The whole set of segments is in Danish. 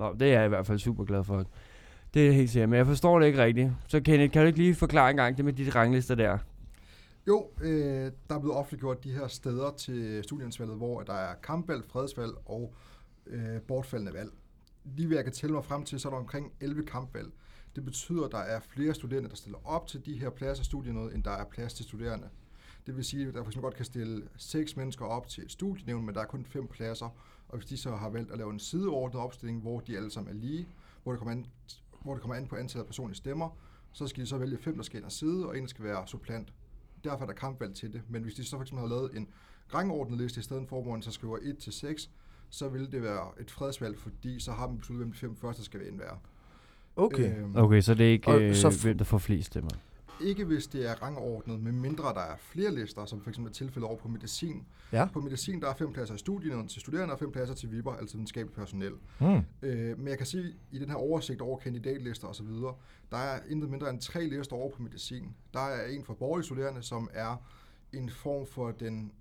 Nå, det er jeg i hvert fald super glad for. Det er helt sikkert, men jeg forstår det ikke rigtigt. Så Kenneth, kan du ikke lige forklare en gang det med de ranglister der? Jo, der er blevet offentliggjort de her steder til studieinvalget, hvor der er kampvalg, fredsvalg og bortfaldende valg. Lige hvad jeg kan tælle mig frem til, så er der omkring 11 kampvalg. Det betyder, at der er flere studerende, der stiller op til de her pladser studienød, end der er plads til studerende. Det vil sige, at der for eksempel godt kan stille 6 mennesker op til et studienævn, men der er kun 5 pladser. Og hvis de så har valgt at lave en sideordnet opstilling, hvor de alle sammen er lige, hvor det kommer an på antallet af personlige stemmer, så skal de så vælge 5, der skal ind og side, og en skal være supplant. Derfor er der kampvalg til det. Men hvis de så for eksempel har lavet en rangordnet liste i stedet for, hvor man så skriver 1-6, så vil det være et fredsvalg, fordi så har man besluttet, hvem de 5 første skal være. Okay, så det er ikke, hvem der får flest stemmer? Ikke hvis det er rangordnet, med mindre der er flere lister, som for eksempel er tilfældet over på medicin. Ja. På medicin der er 5 pladser i studienævn til studerende og 5 pladser til VIP'er, altså videnskabeligt personel. Men jeg kan sige, i den her oversigt over kandidatlister osv., der er intet mindre end 3 lister over på medicin. Der er en for borgerlige studerende, som er en form for den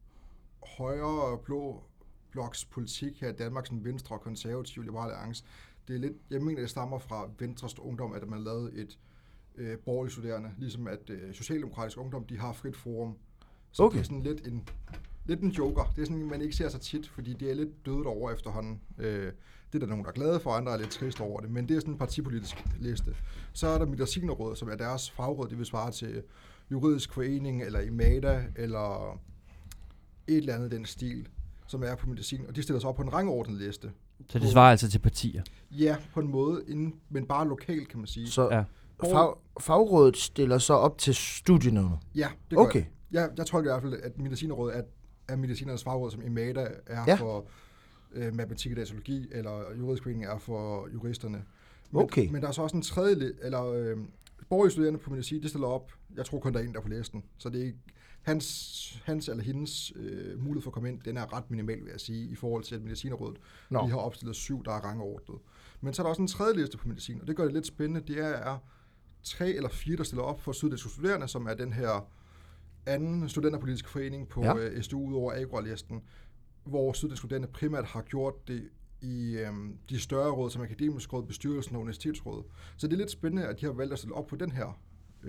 højre blå bloks politik her i Danmark, sådan Venstre, Konservativ, Liberale Alliance. Det er lidt, jeg mener, det stammer fra Venstres Ungdom, at man lavede et borgerlige studerende, ligesom at Socialdemokratisk Ungdom, de har frit forum. Så det er sådan lidt en joker. Det er sådan, man ikke ser så tit, fordi det er lidt dødet over efterhånden. Det er der nogen, der er glade for, andre er lidt trist over det, men det er sådan en partipolitisk liste. Så er der Medicinerrådet, som er deres fagråd, det vil svare til Juridisk Forening, eller IMADA, eller et eller andet den stil, som er på medicin, og de stiller sig op på en rangordnet liste. Så det svarer altså til partier? Ja, på en måde, men bare lokalt, kan man sige. Så ja. Fagrådet stiller så op til studienævnet? Ja, det gør okay. Jeg tror i hvert fald, at Medicinerrådet er medicinernes fagråd, som IMADA er for matematik og datalogi, eller Juridisk Forening er for juristerne. Men der er så også en tredje, borgerlige studerende på medicin, det stiller op, jeg tror kun der er en der på listen, så det er ikke hans eller hendes mulighed for at komme ind, den er ret minimal, vil jeg sige, i forhold til at Medicinerrådet, de har opstillet 7, der er rangordnet. Men så er der også en tredje liste på medicin, og det gør det lidt spændende, det er 3 eller 4, der stiller op for Syddanske Studerende, som er den her anden studenterpolitiske forening på SDU ud over Agro-listen, hvor Syddanske Studerende primært har gjort det i de større råd, som Akademisk Råd, Bestyrelsen og Universitetsrådet. Så det er lidt spændende, at de har valgt at stille op på den her.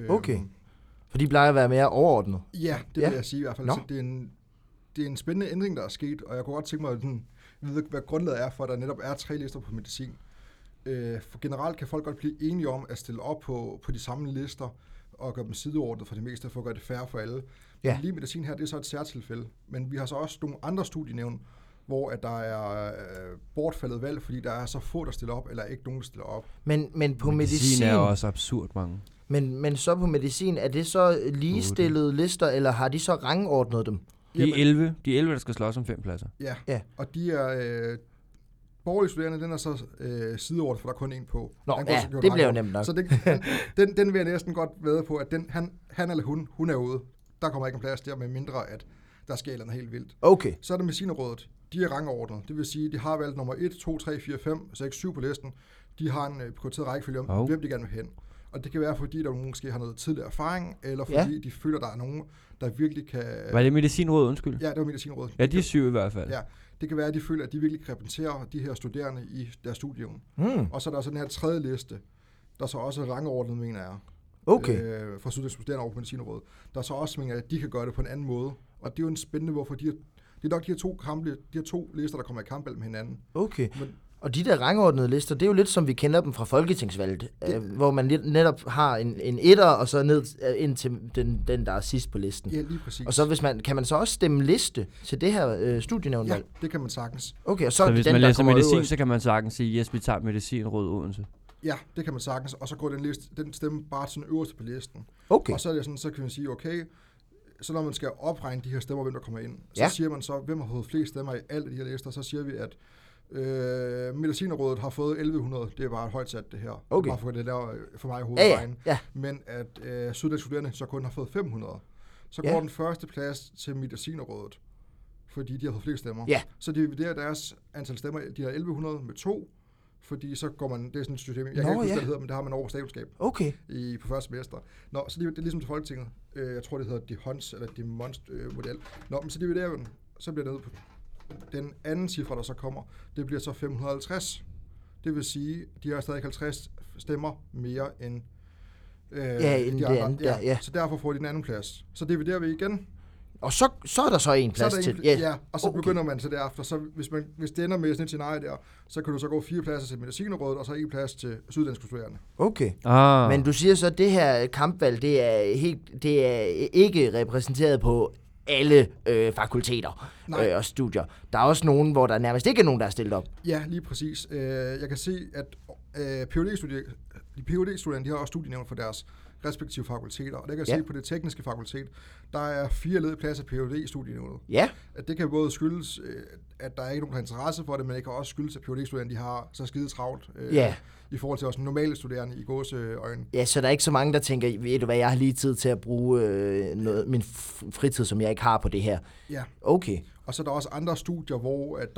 For de plejer at være mere overordnet? Ja, det vil jeg sige i hvert fald. Så det er en spændende ændring, der er sket, og jeg kunne godt tænke mig at vide, hvad grundlaget er for, at der netop er 3 lister på medicin. For generelt kan folk godt blive enige om at stille op på de samme lister og gøre dem sideordnet for det meste, for at gøre det fair for alle. Men lige medicin her, det er så et særtilfælde. Men vi har så også nogle andre studienævn, hvor at der er bortfaldet valg, fordi der er så få, der stiller op, eller ikke nogen, der stiller op. Men på medicin er også absurd mange. Men så på medicin, er det så ligestillede lister, eller har de så rangordnet dem? De er 11, der skal slås om 5 pladser. Ja. Og de er borgerlige studerende, den er så sideordnet, for der er kun en på. Det bliver jo nemt nok. Så den vil jeg næsten godt vædde på, at han eller hun er ude. Der kommer ikke en plads der, med mindre at der sker noget helt vildt. Okay. Så er det Medicinerrådet. De er rangordnet. Det vil sige, de har valgt nummer 1, 2, 3, 4, 5, 6, 7 på listen. De har en prioriteret rækkefølge om, hvem de gerne vil hen. Og det kan være, fordi der måske har noget tidligere erfaring, eller fordi de føler, der er nogen, der virkelig kan... Var det Medicinrådet, undskyld? Ja, det var Medicinrådet. Ja, de er 7 i hvert fald. Ja, det kan være, at de føler, at de virkelig kan repræsentere de her studerende i deres studium. Og så er der sådan her tredje liste, der så også er rangordnet, mener jeg. Fra Syddanske Studerende over på Medicinrådet. Der så også mener, at de kan gøre det på en anden måde. Og det er jo en spændende, hvorfor det er nok de her to lister, der kommer i kamp med hinanden. Okay. Og de der rangordnede lister, det er jo lidt som vi kender dem fra folketingsvalget, hvor man netop har en etter, og så ned ind til den der er sidst på listen. Ja, lige præcis. Og så kan man så også stemme liste til det her studienævnvalg? Ja, det kan man sagtens. Okay, og så hvis man læser medicin, så kan man sagtens sige, yes, vi tager Medicinrådet Odense. Ja, det kan man sagtens, og så går den stemme bare til den øverste på listen. Okay. Og så er det sådan, så kan man sige, okay, så når man skal opregne de her stemmer, hvem der kommer ind, så siger man så, hvem har fået flest stemmer i alle de her lister, så siger vi, at Medicinerrådet har fået 1100, det er bare et højt sat det her. Okay. Bare for det der for mig i hovedvejen. Men at Syddanske Studerende så kun har fået 500. Så går den første plads til Medicinerrådet, fordi de har fået flest stemmer. Så de dividerer deres antal stemmer, de har 1100 med 2, fordi så går man, det er sådan et system, jeg kan ikke huske, hvad det hedder, men det har man over statskab på første semester. Så det er ligesom til Folketinget. Jeg tror, det hedder DeHonts, eller DeMonst-model. Men så dividerer vi den, så bliver det ned på den anden cifre, der så kommer, det bliver så 550. Det vil sige, de har stadig 50 stemmer mere end end de det andre. andet. Ja. Så derfor får de en anden plads. Så dividerer vi igen. Og så er der så en plads til. Ja, og så begynder man så derefter. Så hvis det ender med sådan et scenarie der, så kan du så gå 4 pladser til Medicinerrådet, og så 1 plads til syddanske studerende. Okay. Men du siger så, at det her kampvalg, det er ikke repræsenteret på alle fakulteter og studier. Der er også nogen, hvor der nærmest ikke er nogen, der er stillet op. Ja, lige præcis. Jeg kan se, at PhD-studerende, de har også studienævn for deres respektive fakulteter, og det kan jeg se på det tekniske fakultet, der er 4 ledige pladser PhD-studienævnet. Ja. At det kan både skyldes, at der er ikke nogen, der har interesse for det, men det kan også skyldes, at PhD-studerende, de har så skide travlt i forhold til også normale studerende i gåseøjne. Ja, så der er ikke så mange, der tænker, ved du hvad, jeg har lige tid til at bruge min fritid, som jeg ikke har på det her. Ja. Okay. Og så er der også andre studier, hvor at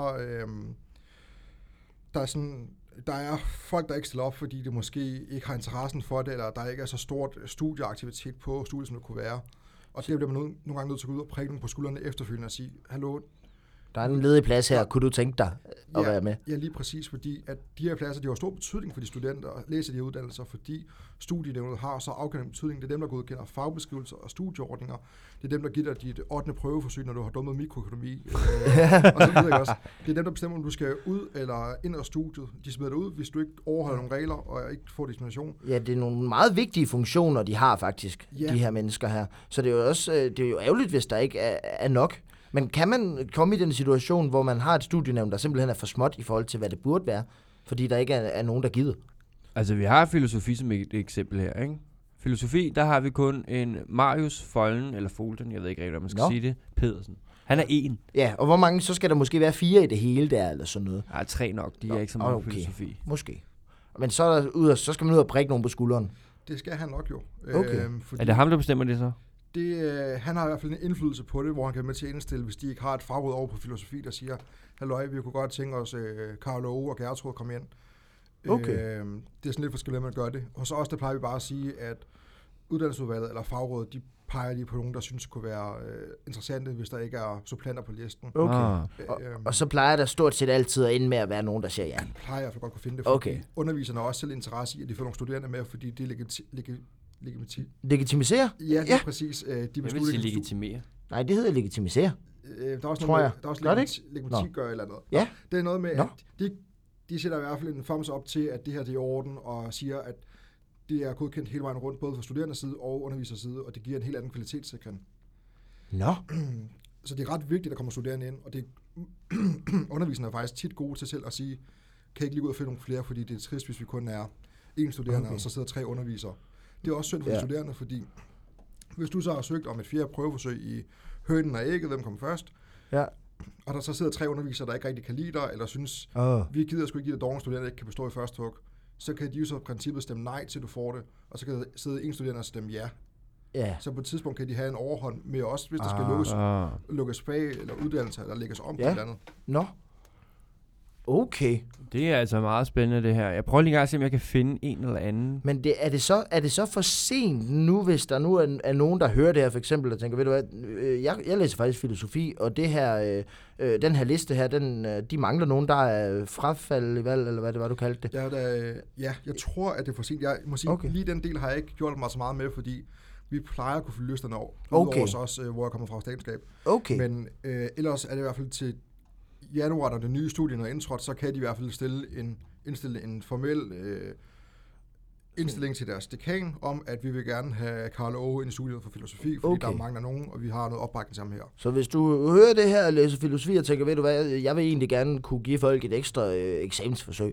der er folk, der ikke stiller op, fordi de måske ikke har interessen for det, eller der ikke er så stort studieaktivitet på studiet, som det kunne være. Og det bliver man nogle gange nødt til at gå ud og prikke nogen på skuldrene efterfølgende og sige, hallo. Der er en ledig plads her, kunne du tænke dig at være med? Ja, lige præcis, fordi at de her pladser, de har stor betydning for de studenter, der læser de her uddannelser, fordi studienævnet har så afgørende betydning. Det er dem, der godkender fagbeskrivelser og studieordninger. Det er dem, der giver dig dit 8. prøveforsøg, når du har dummet mikroøkonomi. Og så videre også. Det er dem, der bestemmer, om du skal ud eller ind af studiet. De smider dig ud, hvis du ikke overholder nogle regler og ikke får destination. Ja, det er nogle meget vigtige funktioner, de har faktisk, de her mennesker her. Så det er jo også det er jo ærgerligt, hvis der ikke er nok. Men kan man komme i den situation, hvor man har et studienævn, der simpelthen er for småt i forhold til, hvad det burde være, fordi der ikke er nogen, der gider? Altså, vi har filosofi som et eksempel her, ikke? Filosofi, der har vi kun en Marius Folden, eller Folden, jeg ved ikke rigtig, om man skal sige det, Pedersen. Han er 1. Ja, og hvor mange, så skal der måske være 4 i det hele der, eller sådan noget? Ja, 3 nok, de er ikke så meget filosofi. Måske. Men så skal man ud og prikke nogen på skulderen. Det skal han nok jo. Okay. Er det ham, der bestemmer det så? Han har i hvert fald en indflydelse på det, hvor han kan med til at indstille, hvis de ikke har et fagråd over på filosofi, der siger, halløj, vi kunne godt tænke os Karl og Gertrud komme ind. Okay. Det er sådan lidt forskelligt, at man gør det. Og så også, der plejer vi bare at sige, at uddannelsesudvalget eller fagrådet, de peger lige på nogen, der synes kunne være interessante, hvis der ikke er supplanter på listen. Okay. Og så plejer der stort set altid at ende med at være nogen, der siger ja. Jeg plejer i hvert fald godt kunne finde det, fordi underviserne har også selv interesse i, at de får nogle studerende med, fordi det er Legitimisere? Ja, det er præcis. Jeg vil sige legitimere. Nej, det hedder legitimisere. Der er også noget med, der er også legitimati gør eller noget. Ja. Det er noget med, at de sætter i hvert fald en form op til, at det her det er i orden, og siger, at det er godkendt hele vejen rundt, både fra studerendes side og undervisers side, og det giver en helt anden kvalitetssikring. Nå. Så det er ret vigtigt, at der kommer studerende ind, og det underviserne er faktisk tit gode til selv at sige, kan ikke lige ud og finde nogle flere, fordi det er trist, hvis vi kun er 1 studerende, og så sidder 3 undervisere. Det er også synd for de studerende, fordi hvis du så har søgt om et 4. prøveforsøg i hønen og ægget, hvem kommer først, og der så sidder 3 undervisere, der ikke rigtig kan lide dig, eller synes, vi gider sgu ikke give dig dårlige studerende, der ikke kan bestå i første hug, så kan de jo så i princippet stemme nej til, du får det, og så kan der sidde 1 studerende og stemme ja. Så på et tidspunkt kan de have en overhånd med os, hvis der skal lukkes fag, eller uddannelse, eller lægges om på et eller andet. Nå. Okay. Det er altså meget spændende, det her. Jeg prøver lige at se, om jeg kan finde en eller anden. Men er det så for sent nu, hvis der nu er nogen, der hører det her, for eksempel, og tænker, ved du hvad, jeg læser faktisk filosofi, og det her, den her liste her, de mangler nogen, der er frafald i valg, eller hvad det var, du kaldte det? Jeg tror, at det er for sent. Jeg må sige, lige den del har jeg ikke gjort mig så meget med, fordi vi plejer at kunne fylde listerne over. Udover os også, hvor jeg kommer fra statskab. Okay. Men ellers er det i hvert fald til januar, når det nye studie er indtrådt, så kan de i hvert fald indstille en formel indstilling til deres dekan om, at vi vil gerne have Karl Åge ind i studiet for filosofi, fordi der mangler nogen, og vi har noget opbakning sammen her. Så hvis du hører det her og læser filosofi og tænker, ved du hvad, jeg vil egentlig gerne kunne give folk et ekstra eksamensforsøg,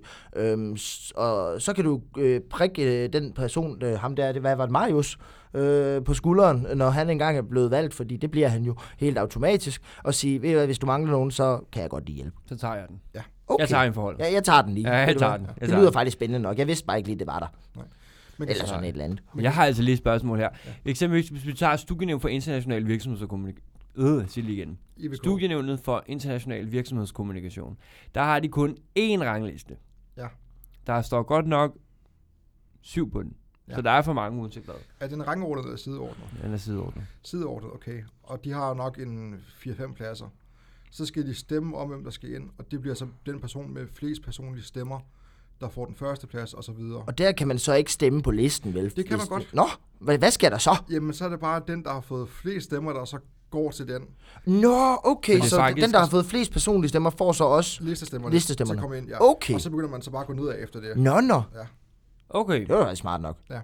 og så kan du prikke den person, ham der, hvad var det, Marius, på skulderen, når han engang er blevet valgt, fordi det bliver han jo helt automatisk, og sige, ved du hvad, hvis du mangler nogen, så kan jeg godt lige hjælpe. Så tager jeg den. Ja. Okay. Jeg tager en forhold. Ja, jeg tager den lige. Ja, jeg tager den. Det lyder faktisk spændende nok. Jeg vidste bare ikke lige, det var der. Nej. Eller sådan et eller andet. Jeg har altså lige et spørgsmål her. Ja. Eksempelvis, hvis vi tager Studienævnet for International Virksomhedskommunikation. Sig lige igen. Studienævnet for International Virksomhedskommunikation. Der har de kun én rangliste. Ja. Der står godt nok 7 på den. Ja. Så der er for mange uanset hvad. Er den rangordnet eller sideordnet? Den er sideordnet. Sideordnet, okay. Og de har nok en 4-5 pladser. så skal de stemme om, hvem der skal ind, og det bliver så den person med flest personlige stemmer, der får den første plads, og så videre. Og der kan man så ikke stemme på listen, vel? Det kan man godt. Nå, hvad sker der så? Jamen, så er det bare den, der har fået flest stemmer, der så går til den. Nå, okay, så faktisk den, der har fået flest personlige stemmer, får så også listestemmerne. Til at komme ind, ja. Okay. Og så begynder man så bare at gå nedad efter det. Nå. Ja. Okay. Det var smart nok. Ja.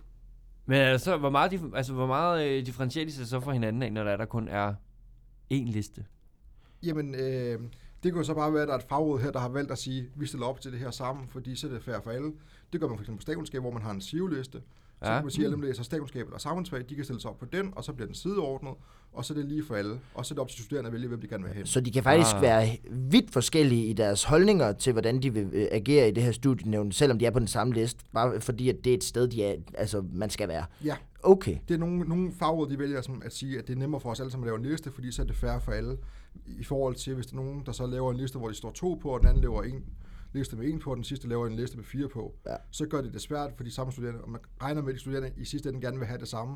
Men altså, hvor meget differentierer de sig så fra hinanden af, når der kun er én liste? Jamen, det kunne så bare være, at der er et fagråd her, der har valgt at sige, vi stiller op til det her sammen, fordi så er det fair for alle. Det gør man for eksempel på statskundskab, hvor man har en SIO-liste. Så kan man sige, at alle, der læser statskundskab eller samfundsfag, de kan stille sig op på den, og så bliver den sideordnet, og så er det lige for alle. Og så er det op til studerende at vælge, hvem de gerne vil have. Så de kan faktisk være vidt forskellige i deres holdninger til, hvordan de vil agere i det her studienævn, selvom de er på den samme liste, bare fordi, at det er et sted, man skal være. Ja. Okay. Det er nogle fagråd, de vælger at sige, at det er nemmere for os alle sammen at lave en liste, fordi så er det fair for alle. I forhold til, hvis der er nogen, der så laver en liste, hvor de står 2 på, og den anden laver en liste med 1 på, og den sidste laver en liste med 4 på, så gør det svært for de samme studerende, og man regner med, at de studerende i sidste ende gerne vil have det samme,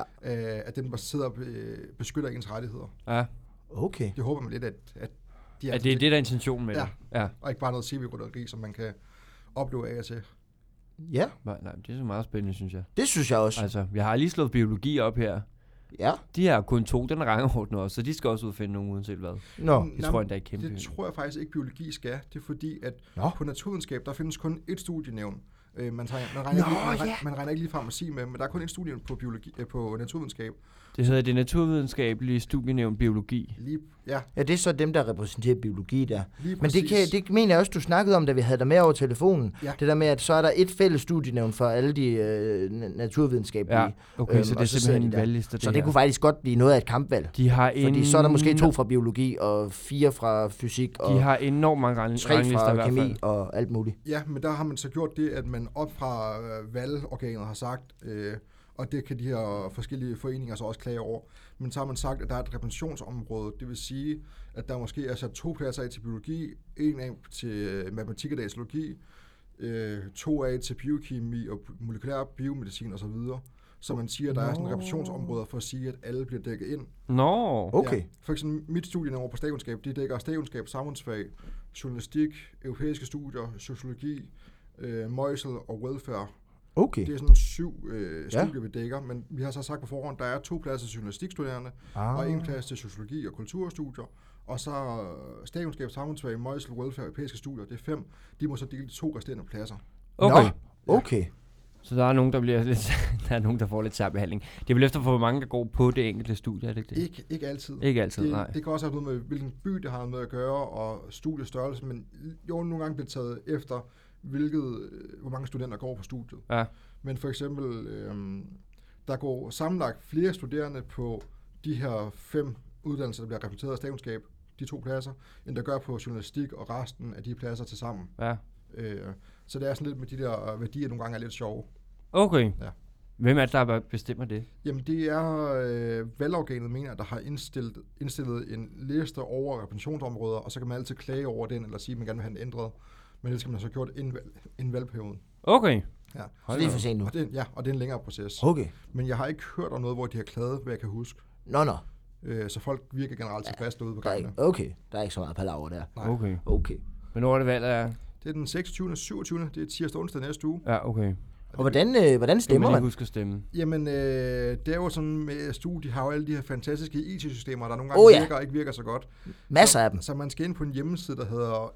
at den bare sidder og beskytter ens rettigheder. Ja. Okay. Det håber man lidt, at de det er det, der er intentionen med det. Ja, og ikke bare noget CV-rytteri, som man kan opleve af og til. Ja. Nej, det er så meget spændende, synes jeg. Det synes jeg også. Altså, jeg har lige slået biologi op her. Ja. De har kun 2, den er rangordnet også, så de skal også udfinde nogen uanset hvad. Det tror jeg, der er kæmpe. Det tror jeg faktisk ikke, biologi skal. Det er fordi, at på naturvidenskab, der findes kun ét studienævn. Man regner ikke lige frem at sige med, men der er kun ét studienævn på biologi, på naturvidenskab. Det hedder det naturvidenskabelige studienævn biologi. Ja, det er så dem, der repræsenterer biologi der. Men det mener jeg også, du snakkede om, da vi havde dig med over telefonen. Ja. Det der med, at så er der et fælles studienævn for alle de naturvidenskabelige. Ja, okay, så det er simpelthen en valgliste. Så det kunne faktisk godt blive noget af et kampvalg. Fordi så er der måske 2 fra biologi, og 4 fra fysik, og de har enormt mange ranglister 3 fra kemi og alt muligt. Ja, men der har man så gjort det, at man op fra valgorganet har sagt, og det kan de her forskellige foreninger så også klage over. Men så har man sagt, at der er et repræsentationsområde. Det vil sige, at der måske er sat 2 pladser af til biologi, 1 af til matematik og datalogi, 2 af til biokemi og molekylær biomedicin osv. Så man siger, at der er sådan et repræsentationsområde for at sige, at alle bliver dækket ind. Okay. Ja, for eksempel mit studie over på statskundskab, de dækker statskundskab, samfundsfag, journalistik, europæiske studier, sociologi, møjsel og welfare. Okay. Det er sådan 7 studier, vi dækker, men vi har så sagt på forhånd, der er 2 pladser til journalistikstuderende, og 1 plads til sociologi og kulturstudier, og så statskundskab, samfundsfag, møjsel, welfare og europæiske studier, det er 5. De må så dele 2 resterende pladser. Okay. Så der er nogen, der får lidt særbehandling. Det er vel efter for, hvor mange der går på det enkelte studie, er det ikke det? Ikke altid. Ikke altid, nej. Det kan også have noget med, hvilken by det har med at gøre, og studiestørrelse, men jo, nogle gange bliver taget efter, hvor mange studenter går på studiet. Ja. Men for eksempel, der går sammenlagt flere studerende på de her 5 uddannelser, der bliver repræsenteret af statskundskab, de 2 pladser, end der gør på journalistik og resten af de pladser til sammen. Ja. Så det er sådan lidt med de der værdier, nogle gange er lidt sjove. Okay. Ja. Hvem er det, der bestemmer det? Jamen det er valgorganet, mener jeg, der har indstillet en liste over repræsentationsområder, og så kan man altid klage over den, eller sige, at man gerne vil have den ændret. Men det skal man så have gjort inden valgperioden. Okay. Ja. Så det er for sent nu. Og det er en længere proces. Okay. Men jeg har ikke hørt om noget, hvor de har klaget, hvad jeg kan huske. Nå. Så folk virker generelt tilfredse derude på gangene. Okay, der er ikke så meget palaver der. Nej. Okay. Men når er det valget er? Det er den 26. og 27. Det er tirsdag og onsdag næste uge. Ja, okay. Og hvordan stemmer man? Husk at stemme. Jamen, det er jo sådan med SDU, de har jo alle de her fantastiske IT-systemer, der nogle gange virker og ikke virker så godt. Masser af dem. Så man skal ind på en hjemmeside, der hedder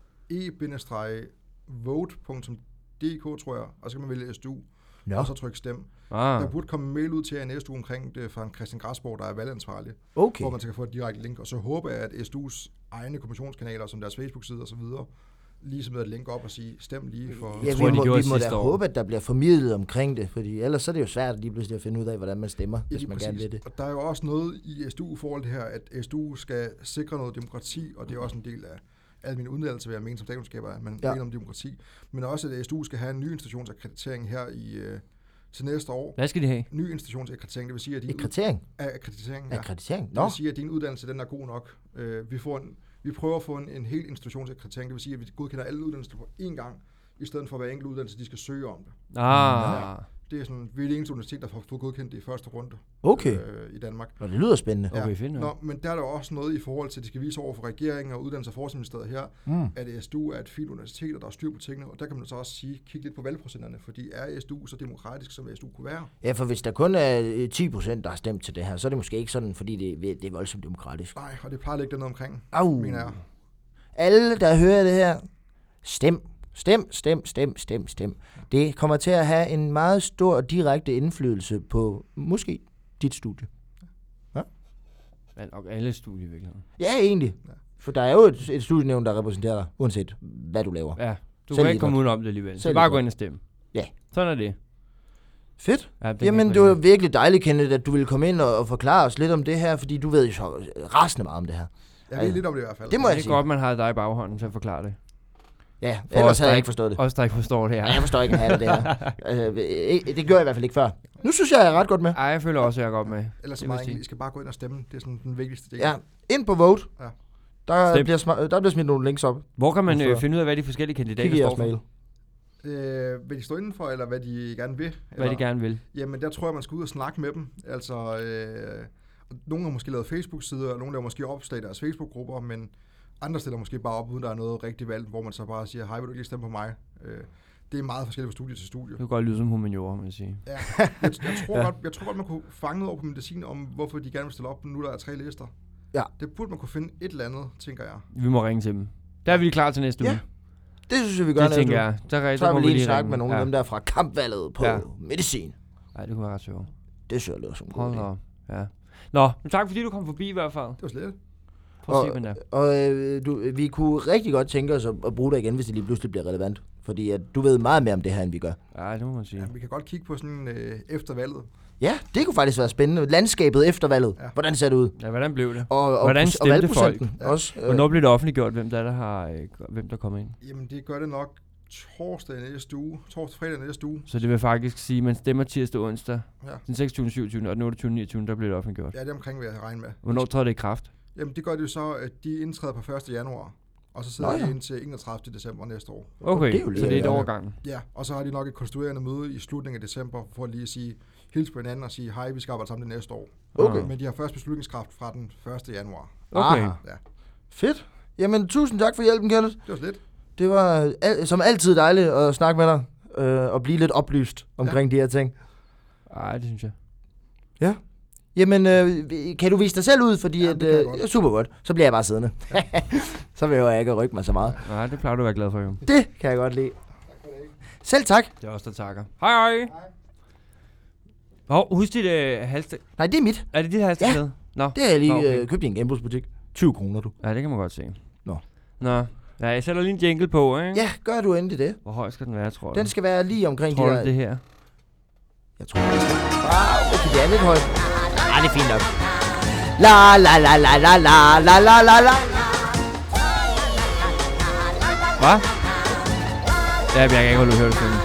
e-vote.dk, tror jeg, og så kan man vælge SDU, og så trykke stem. Der burde komme en mail ud til jer næste uge omkring det fra Christian Græsborg, der er valgansvarlig, hvor man så kan få et direkte link, og så håber jeg, at SDU's egne kommissionskanaler, som deres Facebook-side og så videre, ligesom med at linke op og sige, stem lige for... Ja, vi må da håbe, at der bliver formidlet omkring det, fordi ellers så er det jo svært lige pludselig at finde ud af, hvordan man stemmer, hvis man gerne vil det. Og der er jo også noget i SDU forhold det her, at SDU skal sikre noget demokrati, og det er også en del af al min uddannelse, hvad jeg mener som statskundskaber, at man mener om demokrati, men også at SDU skal have en ny institutionsakkreditering her til næste år. Hvad skal de have? Ny institutionsakkreditering, det vil sige, at Akkreditering? Akkreditering, ja. Akkreditering? Det vil sige, at din uddannelse, den er god nok. Vi prøver at få en hel institutionsakkreditering, det vil sige, at vi godkender alle uddannelser på én gang, i stedet for hver enkelt uddannelse, de skal søge om det. Det er sådan, vi er det eneste universitet, der har fået godkendt det i første runde i Danmark. Og det lyder spændende. Ja. Okay, men der er der også noget i forhold til, at de skal vise over for regeringen og Uddannelses- og Forskningsministeriet her, at SDU er et fint universitet, og der er styr på tingene, og der kan man så også sige, kig lidt på valgprocenterne, fordi er SDU så demokratisk, som SDU kunne være? Ja, for hvis der kun er 10%, der har stemt til det her, så er det måske ikke sådan, fordi det er voldsomt demokratisk. Nej, og det plejer at ligge noget omkring, mener jeg. Alle, der hører det her, stem. Det kommer til at have en meget stor og direkte indflydelse på måske dit studie. Ja? Ja, nok alle studier i virkeligheden. Ja, egentlig. Ja. For der er jo et studienævn, der repræsenterer dig, uanset hvad du laver. Ja, du kan ikke komme udenom det alligevel. Så bare gå ind og stemme. Ja. Sådan er det. Fedt. Ja, jamen, det var virkelig dejligt, Kenneth, at du ville komme ind og forklare os lidt om det her, fordi du ved jo så rasende meget om det her. Jeg ved lidt om det i hvert fald. Det må jeg sige. Det er godt, man har dig i baghånden til at forklare det. Ja, ellers havde jeg ikke forstået det. Også der ikke forstår det her. Ja, jeg forstår ikke, hvad det her. Det gjorde jeg i hvert fald ikke før. Nu synes jeg er ret godt med. Ej, jeg føler også, at jeg er godt med. Ellers så meget I skal bare gå ind og stemme. Det er sådan den vigtigste ting. Ja, ind på Vote. Ja. Der bliver smidt nogle links op. Hvor kan man finde ud af, hvad de forskellige kandidater står for? Hvad de står indenfor, eller hvad de gerne vil? Hvad de gerne vil. Jamen, der tror jeg, man skal ud og snakke med dem. Altså, nogle har måske lavet Facebook-sider, og nogle der måske opslag i deres Facebook-grupper, men andre stiller måske bare op, uden der er noget rigtig valg, hvor man så bare siger, hej, vil du ikke stemme på mig? Det er meget forskelligt fra studie til studie. Det kan godt lyde som humaniora, må jeg sige. Ja, jeg tror godt, man kunne fange noget over på medicin, om hvorfor de gerne vil stille op, nu der er 3 lister. Ja. Det burde man kunne finde et eller andet, tænker jeg. Vi må ringe til dem. Der er vi klar til næste uge. Det synes jeg, vi gør næste uge. Det tænker jeg. Så har vi lige snakket med nogle af dem der fra kampvalget på medicin. Nej, det kunne være ret sjovt. Det synes jeg lyder som en god idé. Ja. Nå, men tak fordi du kom forbi i hvert fald. Det var slet. Vi kunne rigtig godt tænke os at bruge dig igen, hvis det lige pludselig bliver relevant. Fordi at du ved meget mere om det her, end vi gør. Ja, det må man sige. Ja, vi kan godt kigge på sådan efter valget. Ja, det kunne faktisk være spændende. Landskabet efter valget. Ja. Hvordan ser det ud? Ja, hvordan blev det? Og hvordan stemte folk? Ja. Også, hvornår blev det offentliggjort, hvem der kommer ind? Jamen, det gør det nok torsdag fredag næste uge. Så det vil faktisk sige, at man stemmer tirsdag og onsdag. Ja. Den 26., 27. og den 28., 29. der bliver det offentliggjort. Ja, det er omkring, hvad jeg regne med. Hvornår træder det i kraft? Jamen, det gør det jo så, at de indtræder på 1. januar. Og så sidder de indtil 31. december næste år. Okay, så det er et overgang. Ja, og så har de nok et konstituerende møde i slutningen af december, for at lige at sige, hils på hinanden og sige, hej, vi skal arbejde sammen det næste år. Okay. Men de har først beslutningskraft fra den 1. januar. Okay. Ja. Fedt. Jamen, tusind tak for hjælpen, Kenneth. Det var slet. Det var som altid dejligt at snakke med dig, og blive lidt oplyst omkring de her ting. Ej, det synes jeg. Ja. Jamen, kan du vise dig selv ud, fordi super godt. Så bliver jeg bare siddende. Ja. Så vil jeg ikke rykke mig så meget. Nej, det plejer du at være glad for, jo. Det kan jeg godt lide. Selv tak. Det er også der takker. Hej. Husk dit halsted. Nej, det er mit. Er det dit halsted? Ja. Nå. Det har jeg lige købt i en genbrugsbutik. 20 kroner, du. Ja, det kan man godt se. Nå. Ja, jeg sætter lige en jingle på, ikke? Ja, gør du endelig det. Hvor høj skal den være, tror du? Den skal være lige omkring de der... det her? Jeg tror, det skal. Okay, det er lidt højt. Ah, det er fint nok. La la la la la la la la la la. Hvad? Ja, jeg kan ikke holde at høre det sådan.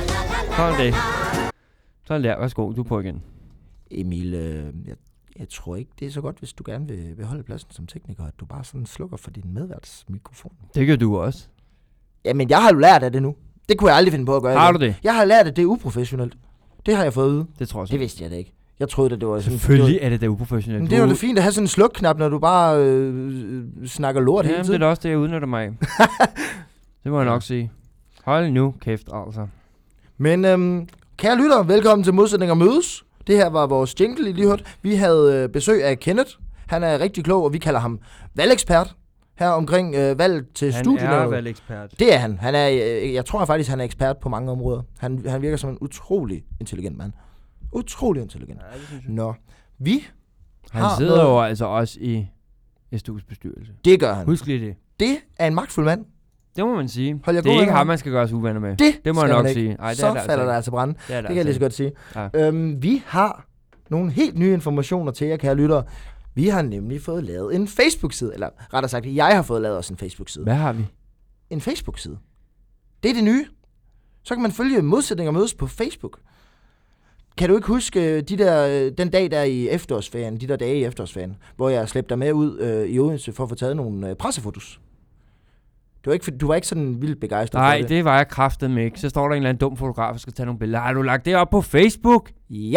Sådan der. Værsgo, du er på igen. Emil, jeg tror ikke, det er så godt, hvis du gerne vil holde pladsen som tekniker, at du bare sådan slukker for din medværtsmikrofon. Det gør du også. Jamen, jeg har jo lært af det nu. Det kunne jeg aldrig finde på at gøre. Har du det? Jeg har lært, at det er uprofessionelt. Det har jeg fået at vide. Det tror jeg så. Det vidste jeg da ikke. Jeg troede, det var sådan... Selvfølgelig er det da uprofessionelt. Men det er jo da fint at have sådan en slukknap, når du bare snakker lort hele tiden. Det er da også det, jeg udnytter mig af. Det må jeg nok sige. Hold nu kæft, altså. Men kære lytter, velkommen til Modsætninger Mødes. Det her var vores jingle, I lige hørte. Vi havde besøg af Kenneth. Han er rigtig klog, og vi kalder ham valgekspert. Her omkring valg til studiet. Han er valgekspert. Det er han. Jeg tror faktisk, han er ekspert på mange områder. Han virker som en utrolig intelligent mand. Utrolig intelligent. Ja, det synes jeg. Nå, vi Han sidder jo altså også i SDU's bestyrelse. Det gør han. Husk lige det. Det er en magtfuld mand. Det må man sige. Det er ikke ham, man skal gøre sig uvenner med. Det må jeg nok sige. Ej, så falder der altså brænde. Det kan jeg lige så godt sige. Ja. Vi har nogle helt nye informationer til jer, kære lyttere. Vi har nemlig fået lavet en Facebook-side. Eller rettere sagt, jeg har fået lavet os en Facebook-side. Hvad har vi? En Facebook-side. Det er det nye. Så kan man følge Modsætninger Mødes på Facebook. Kan du ikke huske den dag der i efterårsferien, de der dage i efterårsferien, hvor jeg slæbte dig med ud i Odense for at få taget nogle pressefotos? Du var ikke sådan vildt begejstret for det? Nej, det var jeg kraftedeme ikke. Så står der en eller anden dum fotograf, og skal tage nogle billeder. Har du lagt det op på Facebook? Ja.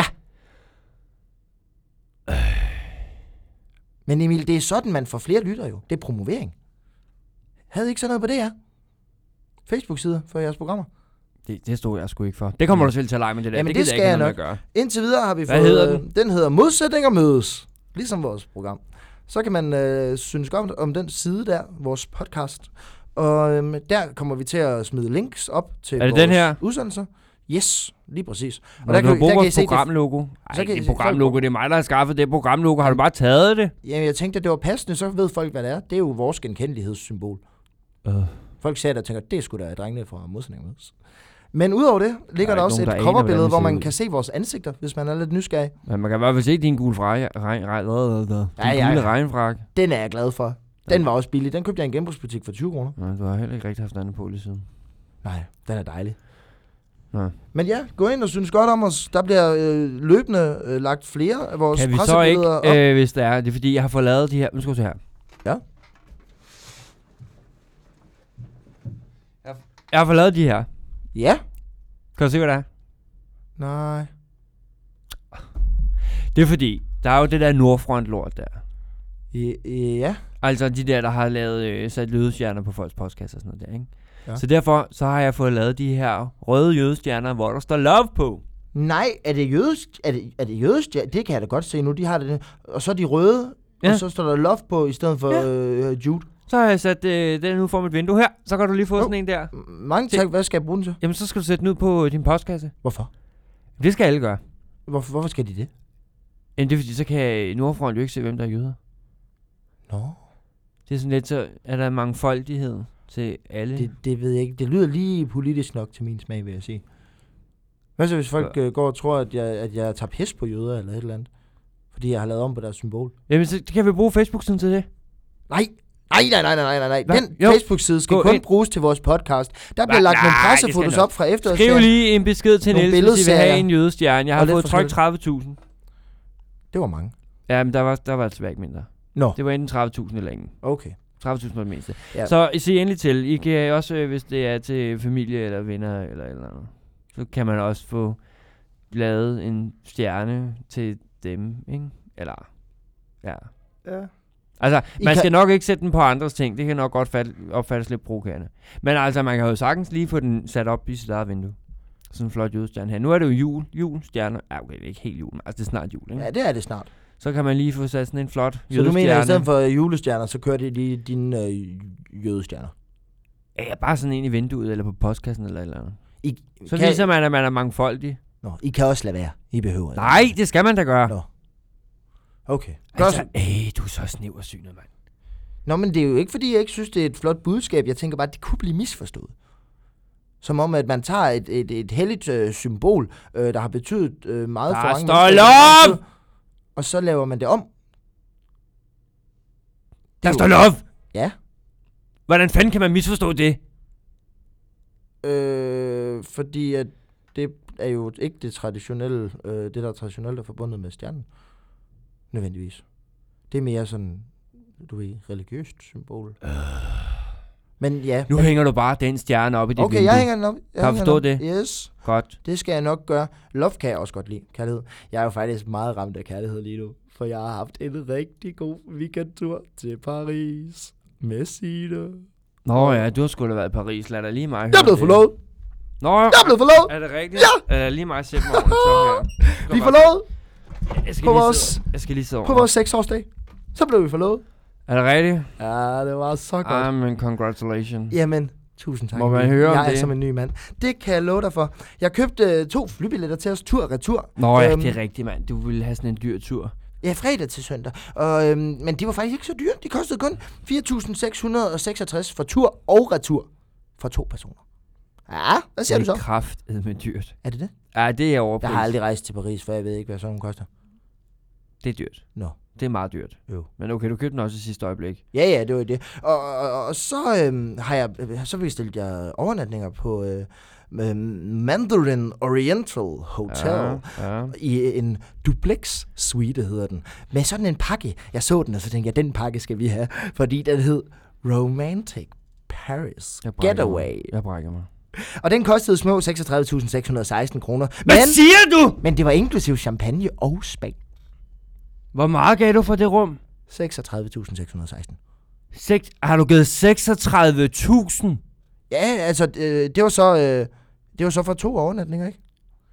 Men Emil, det er sådan, man får flere lytter jo. Det er promovering. Havde I ikke sådan noget på det her? Facebook-sider for jeres programmer? Det stod jeg sgu ikke for. Det kommer du selv til at lege med det der. Jamen, det skal jeg nok gøre. Indtil videre har vi fået... Hvad hedder den? Den hedder Modsætninger mødes. Ligesom vores program. Så kan man synes godt om den side der, vores podcast. Og der kommer vi til at smide links op til vores den her? udsendelser. Yes, lige præcis. Og der kan vores programlogo. Ej, det programlogo, det er mig, der har skaffet det programlogo. Har du bare taget det? Jamen, jeg tænkte, at det var passende, så ved folk, hvad det er. Det er jo vores genkendelighedssymbol. Folk ser det og tænker, det er sgu da drengene fra Modsætninger. Men udover det, ligger der også et coverbillede, hvor man kan se vores ansigter, hvis man er lidt nysgerrig. Ja, man kan i hvert fald se din gule regnfrak. Den er jeg glad for. Den var også billig. Den købte jeg i en genbrugsbutik for 20 kroner. Nej, du har heller ikke rigtig haft den på lige siden. Nej, den er dejlig. Nej. Men ja, gå ind og synes godt om os. Der bliver løbende lagt flere af vores pressebilleder op. Kan vi så ikke, hvis det er fordi jeg har fået lavet de her... Nu skal vi se her. Ja. Jeg har fået lavet de her. Ja. Kan du se, hvad det er? Nej. Det er fordi, der er jo det der Nordfront-lort der. Ja. Altså de der har lavet sat jødestjerner på folks postkasser og sådan noget der, ikke? Ja. Så derfor så har jeg fået lavet de her røde jødestjerner, hvor der står love på. Nej, er det jødestjerner? Det kan jeg da godt se nu. De har det. Og så er de røde, og så står der love på i stedet for Jude. Så har jeg sat den ud for mit vindue her. Så kan du lige få sådan en der. Mange tak. Hvad skal jeg bruge den til? Jamen, så skal du sætte den ud på din postkasse. Hvorfor? Det skal alle gøre. Hvorfor skal de det? Jamen, det er fordi, så kan Nordfront jo ikke se, hvem der er jøder. Nå. Det er sådan lidt, så er der mangfoldighed til alle. Det ved jeg ikke. Det lyder lige politisk nok til min smag, vil jeg sige. Hvad så, hvis folk går og tror, at jeg tager pis på jøder eller et eller andet? Fordi jeg har lavet om på deres symbol. Jamen, så kan vi bruge Facebook-siden til det. Nej. Den Facebook-side skal kun bruges til vores podcast. Der bliver lagt nogle pressefotos op fra efterårsferien. Skriv lige en besked til Niels, hvis I vil have en jødestjerne. Jeg har fået trykt 30.000. Det var mange. Ja, men der var altså ikke mindre. Nå. Det var enten 30.000 eller ingen. Okay. 30.000 var det meste. Ja. Så I siger endelig til. I kan også, hvis det er til familie eller venner eller andet, så kan man også få lavet en stjerne til dem, ikke? Eller, ja. Altså, man skal nok ikke sætte den på andres ting. Det kan nok godt opfattes lidt provokerende. Men altså, man kan jo sagtens lige få den sat op i sit eget vindue. Sådan en flot jødestjerne her. Nu er det jo julestjerne. Ja, okay, det er ikke helt jul. Altså, det er snart jul, ikke? Ja, det er det snart. Så kan man lige få sat sådan en flot jødestjerne. Så du mener, i stedet for julestjerner, så kører de lige dine jødestjerner? Ja, bare sådan en i vinduet, eller på postkassen, eller et eller andet. Så viser man, at man er mangfoldig. Nå, I kan også lade være. I behøver. Nej, det skal man da gøre. Nå. Okay. Altså, du er så snæversynet, mand. Nå, men det er jo ikke, fordi jeg ikke synes, det er et flot budskab. Jeg tænker bare, at det kunne blive misforstået. Som om, at man tager et helligt symbol, der har betydet meget for mange mennesker. Og så laver man det om. Der står love! Ja. Hvordan fanden kan man misforstå det? Fordi at det er jo ikke det traditionelle, det der er traditionelt er forbundet med stjernen. Nødvendigvis. Det er mere sådan, du ved, religiøst symbol. Men ja. Nu hænger du bare den stjerne op i dit vindue. Okay, jeg hænger den op. Kan du forstå det? Yes. Godt. Det skal jeg nok gøre. Love kan jeg også godt lide. Kærlighed. Jeg er jo faktisk meget ramt af kærlighed lige nu. For jeg har haft en rigtig god weekendtur til Paris med Signe. Nå ja, du har sgu da været i Paris. Lad dig lige mig høre. Jeg er blevet forlovet. Nå, jeg er blevet forlovet. Er det rigtigt? Ja. Er det lige mig sætte mig ordentligt her? Vi er forlovet. Jeg skal lige sidde på vores 6-årsdag. Så blev vi forlovet. Er det rigtigt? Ja, det var så godt. Men congratulations. Jamen, tusind tak. Må man høre om det? Jeg er som en ny mand. Det kan jeg love dig for. Jeg købte 2 flybilletter til os tur og retur. Nå ja, det er rigtigt, mand. Du ville have sådan en dyr tur. Ja, fredag til søndag. Og, men de var faktisk ikke så dyre. De kostede kun 4.666 for tur og retur for 2 personer. Ja, hvad siger du så? Det er kraftedme dyrt. Er det det? Ja, det er overpris. Jeg har aldrig rejst til Paris, for jeg ved ikke, hvad sådan koster. Det er dyrt. Nå. Det er meget dyrt. Jo. Men okay, du købte den også i sidste øjeblik. Ja, det var det. Og så bestilte jeg overnatninger på Mandarin Oriental Hotel i en duplex suite, hedder den. Med sådan en pakke. Jeg så den, og så tænkte jeg, den pakke skal vi have, fordi den hed Romantic Paris Getaway. Jeg brækker mig. Og den kostede små 36.616 kroner. Hvad siger du? Men det var inklusiv champagne og spa. Hvor meget gav du for det rum? 36.616. Har du givet 36.000? Ja, altså, det var så for 2 overnatninger, ikke?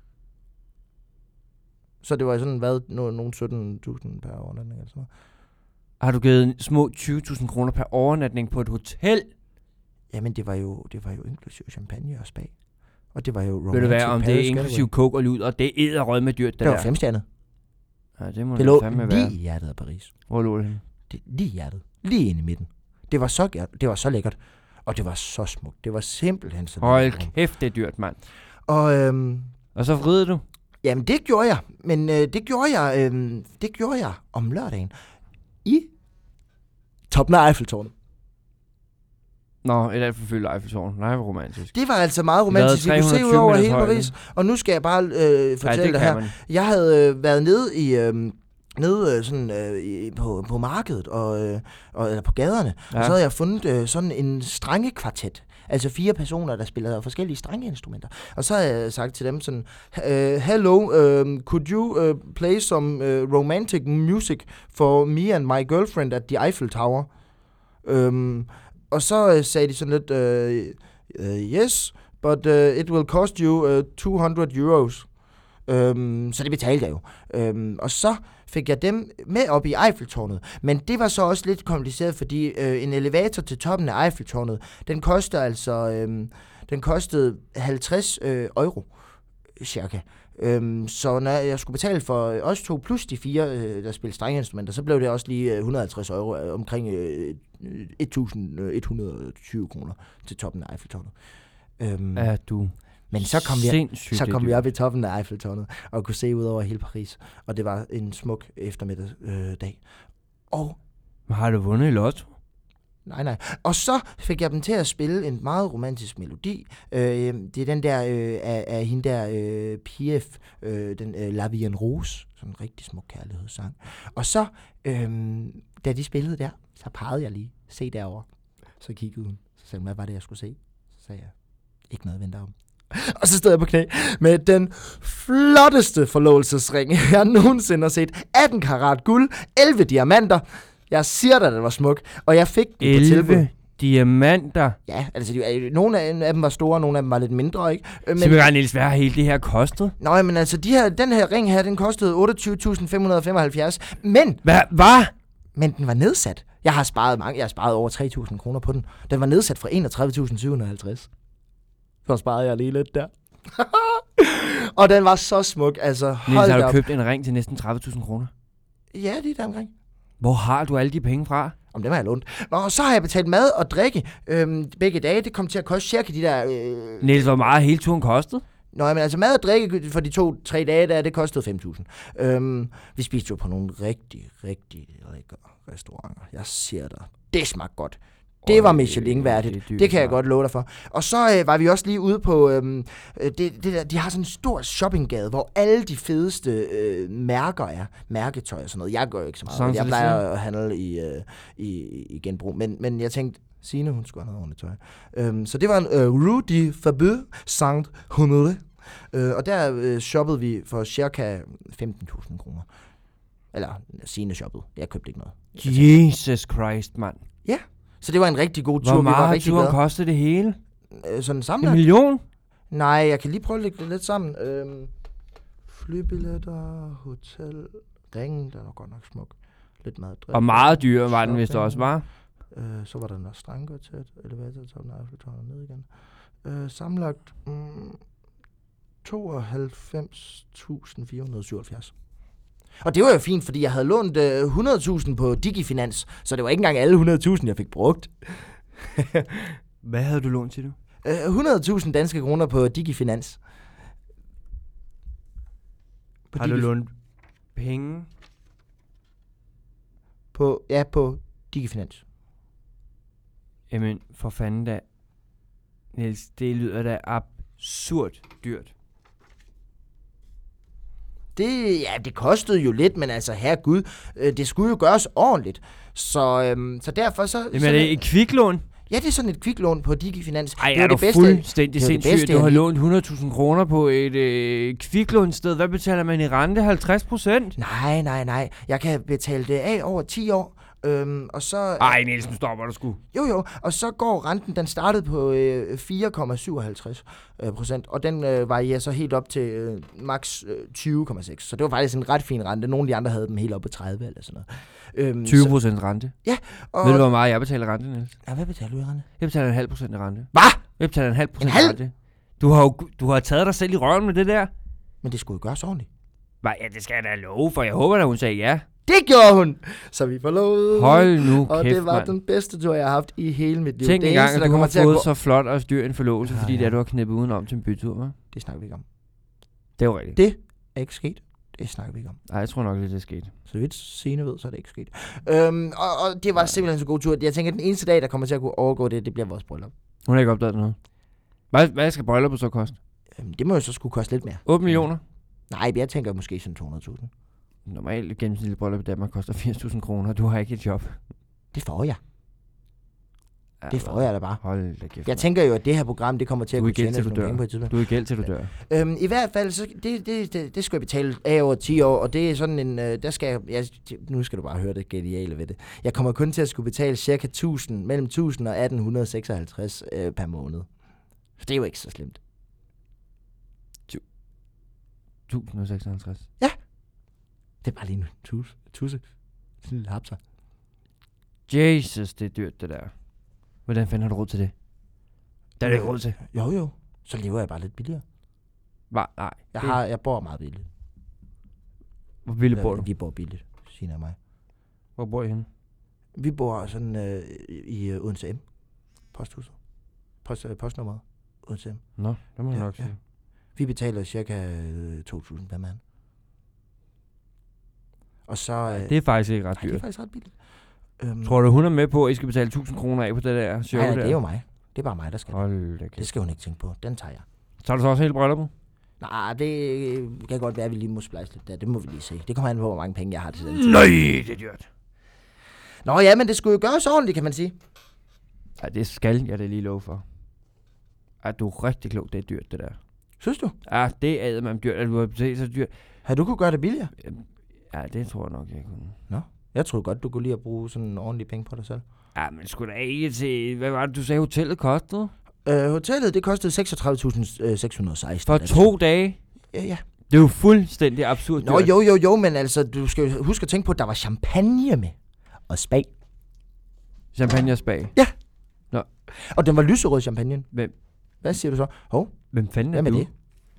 Så det var sådan, nogle 17.000 per overnatning eller sådan noget. Har du givet små 20.000 kroner per overnatning på et hotel? Jamen, det var jo inklusiv champagne og spa. Og det var jo romantic. Vil det være, om det er inklusiv coke og lyd, og det er edderrød med dyrt, det var 5-stjernet. Ja, det må det lå fandme være. Lige i hjertet af Paris. Hvor lå det? Lige i hjertet. Lige inde i midten. Det var så lækkert. Og det var så smukt. Det var simpelthen så lækkert. Hold kæft, det er dyrt, mand. Og så vridede du? Jamen, det gjorde jeg. Men det gjorde jeg om lørdagen. I toppen af Eiffeltårnet. Nå, et alt for fyldt Eiffeltårn. Nej, hvor romantisk. Det var altså meget romantisk. Vi kunne se ud over hele Paris. Og nu skal jeg bare fortælle dig her. Jeg havde været nede på markedet eller på gaderne. Ja. Og så havde jeg fundet sådan en strengekvartet. Altså 4 personer, der spiller forskellige strengeinstrumenter. Og så har jeg sagt til dem sådan, hello, could you play some romantic music for me and my girlfriend at the Eiffel Tower? Og så sagde de sådan lidt, yes, but it will cost you 200 euros. Så det betalte jeg jo. Og så fik jeg dem med op i Eiffeltårnet. Men det var så også lidt kompliceret, fordi en elevator til toppen af Eiffeltårnet, den kostede 50 euro cirka. Så når jeg skulle betale for os 2 plus de 4, der spillede strengeinstrumenter, så blev det også lige 150 euro, omkring 1.120 kroner til toppen af Eiffeltårnet. Er du Men så kom vi op i toppen af Eiffeltårnet og kunne se ud over hele Paris. Og det var en smuk eftermiddag. Og har du vundet i lotto? Nej. Og så fik jeg dem til at spille en meget romantisk melodi. Det er den der af hende der Piaf, den La Vie en Rose, sådan en rigtig smuk kærlighedssang. Og så, da de spillede der, så pegede jeg lige, se derovre. Så kiggede hun, så sagde hun, hvad var det, jeg skulle se? Så sagde jeg, ikke noget at vente om. Og så stod jeg på knæ med den flotteste forlovelsesring, jeg nogensinde har set. 18 karat guld, 11 diamanter. Jeg siger dig, den var smuk. Og jeg fik den på tilbud. 11 diamanter? Ja, altså nogle af dem var store, nogle af dem var lidt mindre, ikke? Men så vil jeg Niels, hvad har hele det her kostet? Nej, men altså den her ring her, den kostede 28.575. Men... Hvad? Men den var nedsat. Jeg har sparet over 3.000 kroner på den. Den var nedsat fra 31.750. Så sparede jeg lige lidt der. Og den var så smuk, altså hold Niels, har du købt en ring til næsten 30.000 kroner? Ja, det er der omkring. Hvor har du alle de penge fra? Om dem har jeg lånt. Og så har jeg betalt mad og drikke begge dage. Det kom til at koste cirka de der... Niels, hvor meget hele turen kostede? Nå, men altså mad og drikke for de 2-3 dage, der det kostede 5.000. Vi spiste jo på nogle rigtig, rigtig lækre restauranter. Jeg siger dig, det smagte godt. Det var Michelin-værdigt. Det kan jeg godt love dig for. Og så var vi også lige ude på... de har sådan en stor shoppinggade, hvor alle de fedeste mærker er. Mærketøj og sådan noget. Jeg gør ikke så meget. Jeg plejer at handle i genbrug. Men jeg tænkte, Signe, hun skulle have noget ordentligt tøj. Så det var en Rue de Fabio Saint-Honoré. Og der shoppede vi for cirka 15.000 kroner. Eller Signe shoppede. Jeg købte ikke noget. Jesus Christ, mand. Ja. Så det var en rigtig god tur. Hvor meget har turen kostet det hele? Sådan samlet? 1 million? Nej, jeg kan lige prøve at lægge det lidt sammen. Flybilletter, hotel, ringen, der var godt nok smuk. Lidt mad. Og meget dyre var den, hvis det også var. Så var der noget strandgårdsæt, elevator, toppen af Eiffeltårnet ned igen. Sammenlagt 92.477. Og det var jo fint, fordi jeg havde lånt 100.000 på Digifinans, så det var ikke engang alle 100.000, jeg fik brugt. Hvad havde du lånt til, du? 100.000 danske kroner på Digifinans. Har du lånt penge? På Digifinans. Jamen, for fanden da. Niels, det lyder da absurd dyrt. Det kostede jo lidt, men altså, herregud, det skulle jo gøres ordentligt. Så derfor så... Jamen, er det et kviklån? Ja, det er sådan et kviklån på DigiFinans. Ej, det er det du bedste, fuldstændig det sindssygt, bedste, du har lånt 100.000 kroner på et kviklånsted. Hvad betaler man i rente? 50%? Nej. Jeg kan betale det af over 10 år. Og så... Ej, Niels, nu stopper du sgu. Jo, og så går renten, den startede på 4,57%, og den varierer så helt op til maks 20,6%. Så det var faktisk en ret fin rente. Nogle af de andre havde dem helt op på 30 eller sådan noget. 20% rente? Ja. Og ved du, hvor meget jeg betaler rente, Niels? Ja, hvad betaler du i rente? Jeg betaler 0,5% i rente. Hvad? Jeg betaler 0,5% i rente. Du har taget dig selv i røven med det der. Men det skulle jo gøres ordentligt. Nej, ja, det skal jeg da love, for jeg håber, at hun sagde ja. Det gjorde hun! Så vi forlovede. Hold nu kæft, og det var man. Den bedste tur, jeg har haft i hele mit liv. Tænk det engang, at du har fået gå... så flot og dyr en forlovelse, fordi ja. det er, du har knippet udenom til en bytur, hva'? Det snakker vi ikke om. Det er jo rigtigt. Det er ikke sket. Det snakker vi ikke om. Nej, jeg tror nok, det er sket. Så vidt Signe ved, så er det ikke sket. Og det var simpelthen så god tur. Jeg tænker, at den eneste dag, der kommer til at kunne overgå det bliver vores bryllup. Hun har ikke opdaget noget. Hvad skal brylluppet så koste? Det må jo så skulle koste lidt mere. 8 millioner? Nej, jeg tænker måske sådan 200.000. Normalt gennemsnitlig bryllup i Danmark koster 80.000 kroner. Du har ikke et job. Det får jeg. Ja, det får jeg da bare. Hold da kæft. Jeg tænker jo, at det her program, det kommer til at kunne tjene nogle penge på et tidspunkt. Du er i gæld til du dør. I hvert fald, så det skal jeg betale af over 10 år, og det er sådan en, der skal jeg, nu skal du bare høre det geniale ved det. Jeg kommer kun til at skulle betale cirka 1000, mellem 1000 og 1856 per måned. Så det er jo ikke så slemt. 1056? Ja. Det er bare lige nu. Tusse. Sådan en lille hapser. Jesus, det er dyrt, det der. Hvordan fanden har du råd til det? Der er det ikke råd til. Jo. Så lever jeg bare lidt billigere. Nej. Jeg bor meget billigt. Hvor billigt bor du? Vi bor billigt, Signe og mig. Hvor bor I henne? Vi bor sådan i Odense M. Posthuset. Postnummeret. Odense M. Nå, det må jeg nok sige. Vi betaler cirka 2.000 per mand. Og så... det er faktisk ikke ret dyrt. Det er faktisk ret billigt. Tror du, hun er med på, at I skal betale 1.000 kroner af på det der show? Nej, det er jo mig. Det er bare mig, der skal. Hold da kæft. Det skal hun ikke tænke på. Den tager jeg. Tager du så også hele brylluppet? Nej, det kan godt være, at vi lige må splice lidt der. Det må vi lige se. Det kommer an på, hvor mange penge jeg har til den. Nej, det er dyrt. Nå ja, men det skulle jo gøres ordentligt, kan man sige. Ja, det skal jeg da lige love for. Du er rigtig klog, det er dyrt, det der. Synes du? Ja, det er man dyrt, at du har betalt så dyrt. Har du kunne gøre det billigere? Ja, det tror jeg nok, jeg kunne. Nå, jeg tror godt, du kunne lide at bruge sådan en ordentlig penge på dig selv. Ja, men skulle da ikke til... Hvad var det, du sagde, hotellet kostede? Hotellet, det kostede 36.616. For 2 dage? Ja. Det er jo fuldstændig absurd dyrt. Nå, jo, men altså, du skal jo huske at tænke på, at der var champagne med. Og spa. Champagne og spa? Ja. Nå. Og den var lyserød champagne. Hvem? Hvad siger du så? Hvem fanden er Hvem du? det?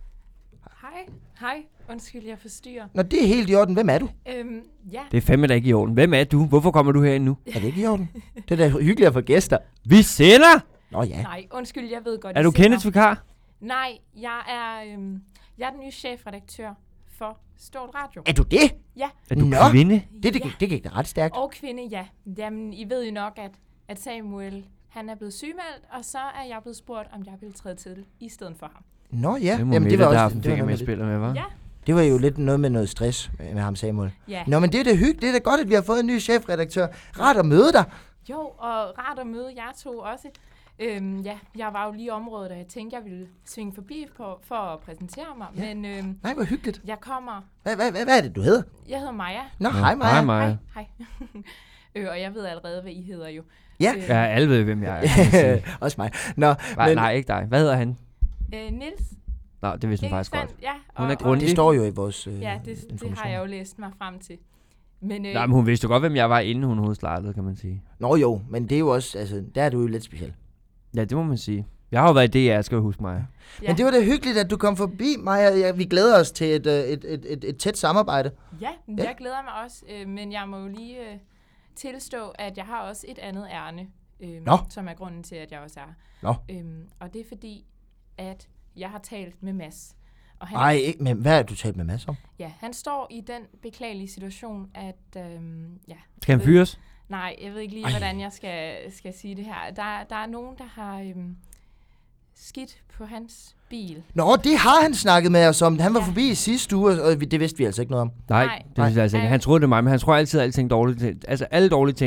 Hej. Undskyld, jeg forstyrrer. Nå, det er helt i orden. Hvem er du? Ja. Det er fandme da ikke i orden. Hvem er du? Hvorfor kommer du herind nu? Er det ikke i orden? Det er da hyggeligt at få gæster. Vi sender! Nå ja. Nej, undskyld, jeg ved godt, Er du Kenneths vikar? Nej, jeg er den nye chefredaktør for Stort Radio. Er du det? Ja. Er du Nå. kvinde? Det gik da ret stærkt. Og kvinde, ja. Jamen, I ved jo nok, at Samuel, han er blevet sygemeldt, og så er jeg blevet spurgt, om jeg vil træde til i stedet for ham. Nå ja. Det må Jamen, det var også det var med spiller med, hva'? Ja. Det var jo lidt noget med noget stress med ham, Samuel. Ja. Nå, men det er da hyggeligt. Det er da godt, at vi har fået en ny chefredaktør. Rart at møde dig. Jo, og rart at møde jer to også. Ja, jeg var jo lige i området, og jeg tænkte, jeg ville svinge forbi for at præsentere mig. Ja. Men Nej, hvor hyggeligt. jeg kommer... Hvad er det, du hedder? Jeg hedder Maja. Nå, hej Maja. Hej, Maja. Hej. Og jeg ved allerede, hvad I hedder jo. Ja. Ja, alle ved, hvem jeg er. Også mig. Nå, Nej, ikke dig. Hvad hedder han? Niels. Nå, det vidste hun faktisk godt. Ja, Hun er grundig. det står jo i vores ja, det har jeg jo læst mig frem til. Men, Nej, men hun vidste jo godt, hvem jeg var, inden hun overhovedet startede, kan man sige. Nå jo, men det er jo også, altså, der er du jo lidt speciel. Ja, det må man sige. Jeg har jo været i DR, skal jeg huske mig. Ja. Men det var da hyggeligt, at du kom forbi, Maja. Vi glæder os til et tæt samarbejde. Ja, jeg glæder mig også, men jeg må jo lige tilstå, at jeg har også et andet ærne, som er grunden til, at jeg også er. Nå. Og det er fordi, at jeg har talt med Mads. Og han, Nej, ikke, men hvad har du talt med Mads om? Ja, han står i den beklagelige situation, at... Skal han fyres? Nej, jeg ved ikke lige, hvordan jeg skal sige det her. Der er nogen, der har skidt på hans bil. Nå, det har han snakket med os om. Han var forbi i sidste uge, og det vidste vi altså ikke noget om. Nej, det vidste jeg altså ikke. Han troede det mig, men han tror altid, at alting dårligt. Altså alle dårlige ting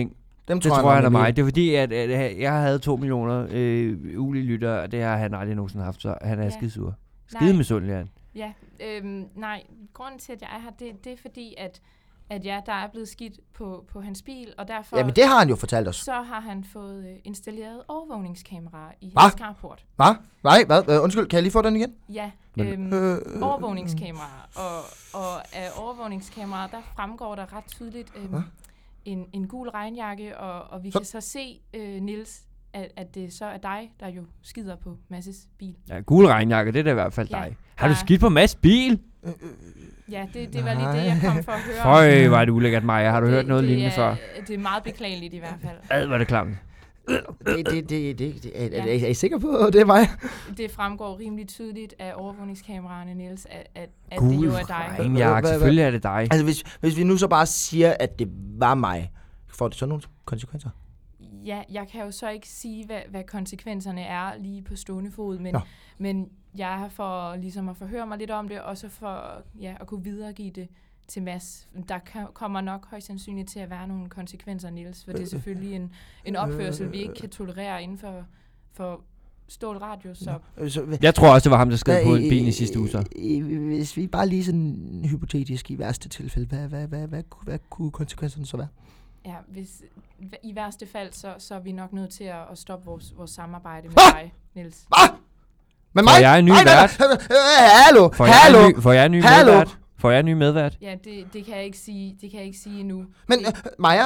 Dem det tror jeg er mig. Det er fordi, at jeg havde 2 millioner ulige lyttere, og det har han aldrig nogensinde haft, så han er skidesur. Skide misundelig han. Ja, nej, grunden til, at jeg er her, det er fordi, at der er blevet skidt på hans bil, og derfor... Jamen, det har han jo fortalt os. Så har han fået installeret overvågningskameraer i hans carport. Hvad? Nej, hvad? Undskyld, kan jeg lige få den igen? Ja, overvågningskameraer, og af overvågningskameraer, der fremgår der ret tydeligt en gul regnjakke, og vi kan så se, Niels, at det så er dig, der jo skider på Masses bil. Ja, gul regnjakke, det er da i hvert fald dig. Har du skidt på Mads bil? Ja, det var lige det, jeg kom for at høre. Føj, var det ulækkert, Maja. Har du hørt noget lignende før? Det er meget beklageligt i hvert fald. Var det klamt. Er I sikre på, at det er mig? Det fremgår rimelig tydeligt af overvågningskameraerne, Niels, at det jo er dig. Regnjakke, selvfølgelig er det dig. Altså, hvis vi nu så bare siger, at det var mig, får det så nogle konsekvenser? Ja, jeg kan jo så ikke sige, hvad konsekvenserne er lige på stående fod, men jeg er her for ligesom at forhøre mig lidt om det, og så for at kunne videregive det til Mads. Der kommer nok højst sandsynligt til at være nogle konsekvenser, Niels, for det er selvfølgelig en opførsel, vi ikke kan tolerere inden for Stål Radio. Så. Jeg tror også, det var ham, der skrev på bilen i sidste uge. Så. Hvis vi bare lige sådan hypotetisk i værste tilfælde, hvad kunne konsekvenserne så være? Ja, i værste fald, så er vi nok nødt til at stoppe vores samarbejde med dig, Niels. Med mig? Får jeg en ny vært? Hallo? Får jeg en ny medvært? Får jeg en ny medvært? Ja, det kan jeg ikke sige. Det kan jeg ikke sige endnu. Men Maja,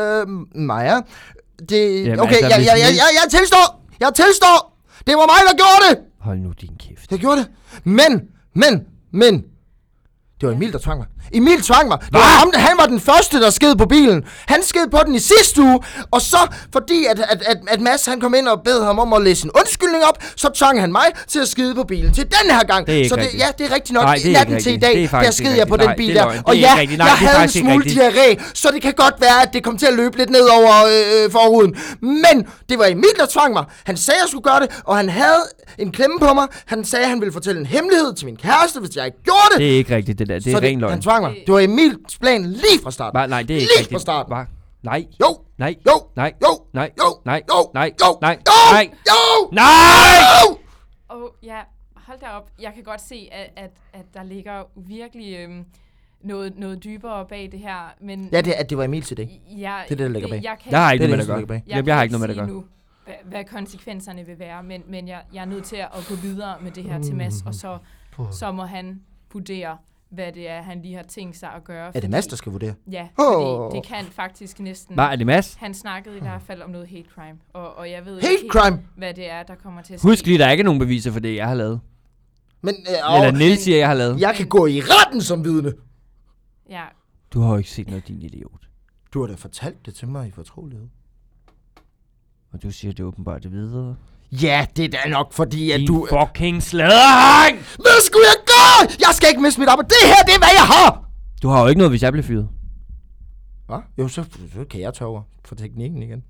det... Jamen, okay, altså, jeg tilstår! Jeg tilstår! Det var mig, der gjorde det! Hold nu din kæft. Jeg gjorde det. Men... Det var Emil, der tvang mig. Emil tvang mig. Det var ham, han var den første, der sked på bilen. Han sked på den i sidste uge. Og så, fordi at Mads, han kom ind og bed ham om at læse en undskyldning op, så tvang han mig til at skide på bilen til den her gang. Så det er rigtigt nok. Nej, det er natten til i dag, der sked jeg på den bil der. Og ja, jeg havde en smule diarré, så det kan godt være, at det kom til at løbe lidt ned over forhuden. Men det var Emil, der tvang mig. Han sagde, at jeg skulle gøre det, og han havde en klemme på mig. Han sagde, at han ville fortælle en hemmelighed til min kæreste, hvis jeg ikke gjorde det. Det er ikke rigtigt, det der. Det er ren løgn. Han tvang mig. Det var Emils plan lige fra starten. Nej, det er ikke lige rigtigt. Fra starten. Nej. Jo. Nej. Jo. Nej. Jo. Nej. Jo. Nej. Jo. Nej. Jo. Nej. Nej. Jo. Nej. Ja, hold da op. Jeg kan godt se, at der ligger virkelig noget dybere bag det her. Men ja, det var Emils idé. Ja, det er det, der ligger bag. Jeg har ikke noget med det at gøre. Jeg har ikke noget med det at gøre. Hvad konsekvenserne vil være, men jeg er nødt til at gå videre med det her til Mads, og så må han vurdere, hvad det er, han lige har tænkt sig at gøre. Er det Mads, der skal vurdere? Ja, fordi det kan faktisk næsten... Hvad er det, Mads? Han snakkede i hvert fald om noget hate crime, og jeg ved hate ikke crime? Hvad det er, der kommer til at ske. Husk lige, der er ikke nogen beviser for det, jeg har lavet. Men, eller Niels siger, jeg har lavet. Jeg kan gå i retten som vidne. Ja. Du har jo ikke set noget, din idiot. Du har da fortalt det til mig i fortrolighed. Og du siger, det åbenbart det videre. Ja, det er da nok, fordi at du... Din fucking sladderhang! Hvad skulle jeg gøre? Jeg skal ikke miste mit arbejde. Det her, det er, hvad jeg har! Du har jo ikke noget, hvis jeg bliver fyret. Hvad? Jo, så kan jeg tage over for teknikken igen.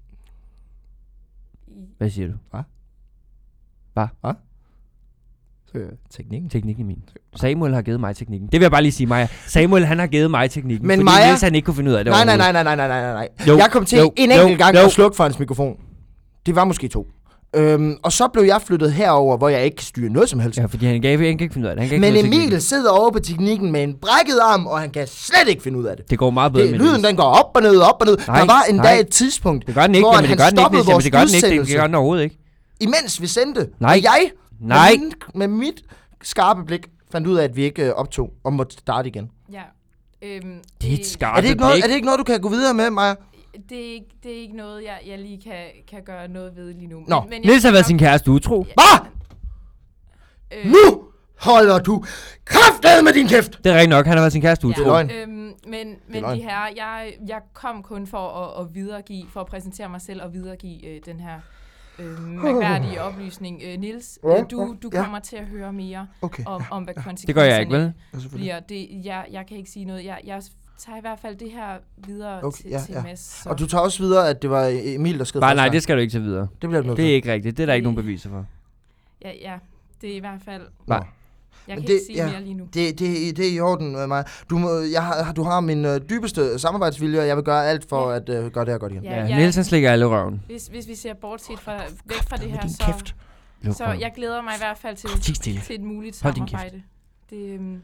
Hvad siger du? Hvad? Teknikken? Teknikken min. Samuel har givet mig teknikken. Det vil jeg bare lige sige, Maja. Samuel, han har givet mig teknikken. Men fordi Maja... Niels, han ikke kunne finde ud af det. Nej. Jeg kom til en enkelt gang at slukke for hans mikrofon. Det var måske 2. Og så blev jeg flyttet herover, hvor jeg ikke kan styre noget som helst. Ja, fordi han kan ikke finde ud af det. Men Emil sidder over på teknikken med en brækket arm, og han kan slet ikke finde ud af det. Det går meget bedre med lyden, den går op og ned, op og ned. Nej, der var endda et tidspunkt, det gør den ikke, hvor men det gør den ikke, stoppede vores udsendelse. Det gør den overhovedet ikke. Imens vi sendte. Nej. Og jeg, Nej. Med mit skarpe blik, fandt ud af, at vi ikke optog og måtte starte igen. Ja. Det er et skarpe blik. Er det ikke noget, du kan gå videre med, Maja? Det er ikke noget, jeg lige kan gøre noget ved lige nu. Nå, men Niels har været sin kæreste utro. Hvad? Nu holder du kraftedet med din kæft! Det er rigtigt nok, han har været sin kæreste utro. Ja, men de her, jeg kom kun for at videregive, for at præsentere mig selv og videregive den her mærkværdige oplysning. Niels, du kommer til at høre mere om hvad konsekvenserne det gør jeg ikke, vel? bliver. Jeg kan ikke sige noget. Jeg tager i hvert fald det her videre til Mads. Så. Og du tager også videre, at det var Emil, der skrev Nej, det skal du ikke tage videre. Det bliver det er ikke rigtigt. Det er der ikke nogen beviser for. Ja, det er i hvert fald... Nej. Jeg kan ikke sige mere lige nu. Det er i orden med mig. Du har min dybeste samarbejdsvilje, og jeg vil gøre alt for at gøre det her godt igen. Ja, Nielsen slikker alle røven. Hvis vi ser bortset væk fra det her, så jeg glæder mig i hvert fald til et muligt samarbejde. Men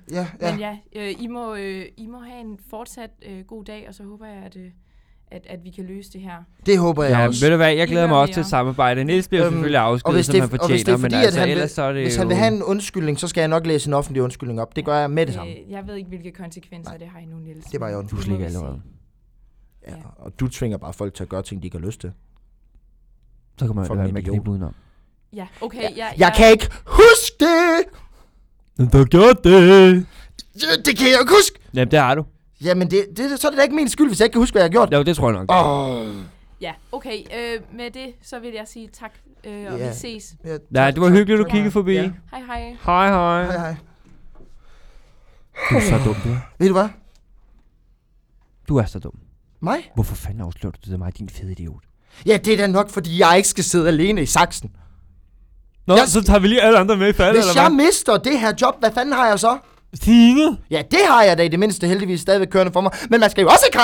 I må have en fortsat god dag, og så håber jeg, at vi kan løse det her. Det håber jeg også. Ved du hvad, jeg glæder mig også til et samarbejde. Niels bliver selvfølgelig afskedet, som han fortjener, men altså ellers så er det hvis han vil have en undskyldning, så skal jeg nok læse en offentlig undskyldning op. Det gør jeg med det samme. Jeg ved ikke, hvilke konsekvenser det har endnu, Niels. Det var jo du slikker allerede. Ja, og du tvinger bare folk til at gøre ting, de ikke har lyst til. Så kommer jeg være med knibe udenom. Ja, okay. Jeg kan ikke huske det! Du har gjort det! Det kan jeg ikke huske! Jamen, det har du. Jamen, så er det da ikke min skyld, hvis jeg ikke kan huske, hvad jeg har gjort. Jo, det tror jeg nok. Ja, okay. Med det, så vil jeg sige tak, og vi ses. Ja, det var hyggeligt, du kiggede forbi. Ja. Hej. Hej. Du er så dum, du er. Ved du hvad? Du er så dum. Mig? Hvorfor fanden afslører du det til mig, din fede idiot? Ja, det er da nok, fordi jeg ikke skal sidde alene i saksen. Nå, så tager vi lige alle andre med i faldet, hvis jeg mister det her job, hvad fanden har jeg så? Signe? Ja, det har jeg da i det mindste heldigvis stadigvæk kørende for mig. Men man skal jo også have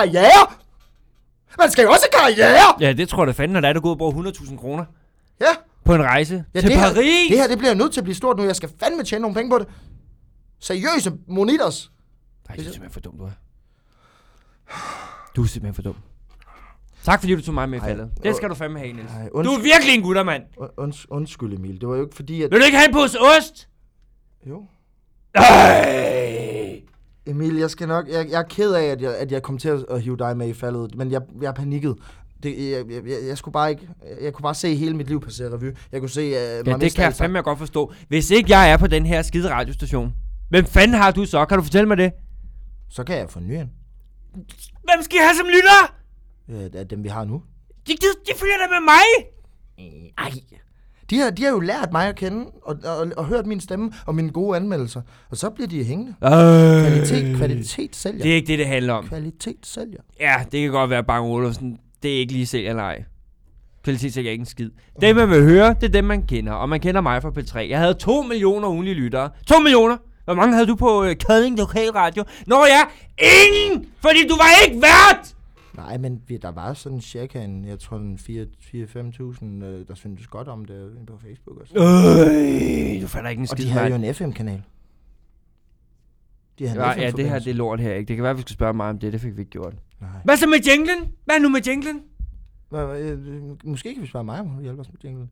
karriere! Ja, det tror jeg da fanden, når du går ud og bruger 100.000 kroner. Ja. På en rejse til Paris. Det her, det bliver nødt til at blive stort nu. Jeg skal fandme tjene nogle penge på det. Seriøse monitors. Nej, det er simpelthen for dum, du er. Du er simpelthen for dum. Tak fordi du tog mig med i faldet. Det skal du fandme have, Niels. Du er virkelig en guttermand. Undskyld, Emil. Det var jo ikke fordi, at... Vil du ikke have en pose ost? Jo. Ej! Emil, jeg skal nok... Jeg er ked af, at jeg kom til at hive dig med i faldet. Men jeg er panikket. Jeg skulle bare ikke... Jeg kunne bare se hele mit liv passere revy. Jeg kunne se... det kan jeg fandme godt forstå. Hvis ikke jeg er på den her skide radiostation, hvem fanden har du så? Kan du fortælle mig det? Så kan jeg få en ny en. Hvem skal jeg have som lytter? Ja, dem vi har nu. De følger da med mig! Ej. De har jo lært mig at kende, og hørt min stemme og mine gode anmeldelser. Og så bliver de hængende. Kvalitet sælger. Det er ikke det handler om. Kvalitet sælger. Ja, det kan godt være Bang Olufsen. Det er ikke lige sælger, nej. Kvalitet sælger ikke en skid. Dem man vil høre, det er dem man kender. Og man kender mig fra P3. Jeg havde 2 millioner ugenlige lyttere. 2 millioner! Hvor mange havde du på Kolding Lokalradio? Nå ja, ingen! Fordi du var ikke vært! Nej, men der var sådan cirka jeg tror 4-5.000, der syntes godt om det på Facebook og så. Du fatter ikke en skid. Og de havde jo en FM-kanal. Det her det er lort her, ikke? Det kan være, vi skal spørge mig om det fik vi ikke gjort. Nej. Hvad så med jinglen? Hvad nu med jinglen? Måske kan vi spørge mig om at hjælpe os med jinglen.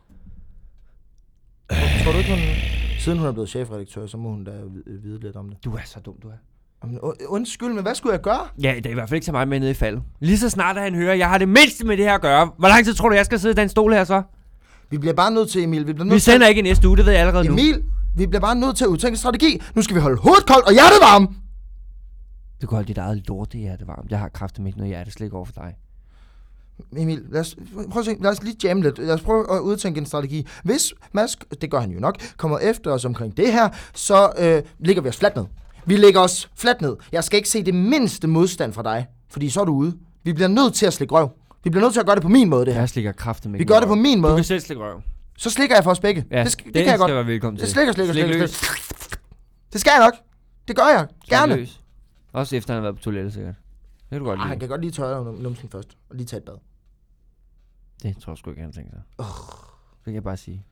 Tror du ikke, siden hun er blevet chefredaktør, så må hun da vide lidt om det. Du er så dum, du er. Undskyld, men hvad skulle jeg gøre? Ja, det er i hvert fald ikke så meget med nede i faldet. Lige så snart at han hører, jeg har det mindste med det her at gøre. Hvor lang tid tror du, jeg skal sidde i den stol her så? Vi bliver bare nødt til, Emil. Vi sender ikke i næste uge, det ved jeg allerede nu. Emil, vi bliver bare nødt til at udtænke strategi. Nu skal vi holde hovedet koldt og hjertet varmt. Du kan holde dit eget lort i hjertet varmt. Jeg har kraftigt ikke noget hjerteslik over for dig. Emil, lad os lige jamme lidt. Lad os prøve at udtænke en strategi. Hvis Mads, det gør han jo nok, kommer efter os omkring det her, så ligger vi os fladt ned. Vi lægger os fladt ned. Jeg skal ikke se det mindste modstand fra dig, fordi så er du ude. Vi bliver nødt til at slikke røv. Vi bliver nødt til at gøre det på min måde, det her. Jeg slikker kraftigt med. Vi gør det på min måde. Du kan selv slikke røv. Så slikker jeg for os begge. Ja, det kan jeg godt. Være velkommen til. Slikker. Det skal jeg nok. Det gør jeg. Gerne. Løs. Også efter han har været på toilettet, sikkert. Det kan du godt lide. Han kan godt lige tørre numsen først, og lige tage et bad. Det tror jeg sgu ikke, han tænker sig. Det kan jeg bare sige.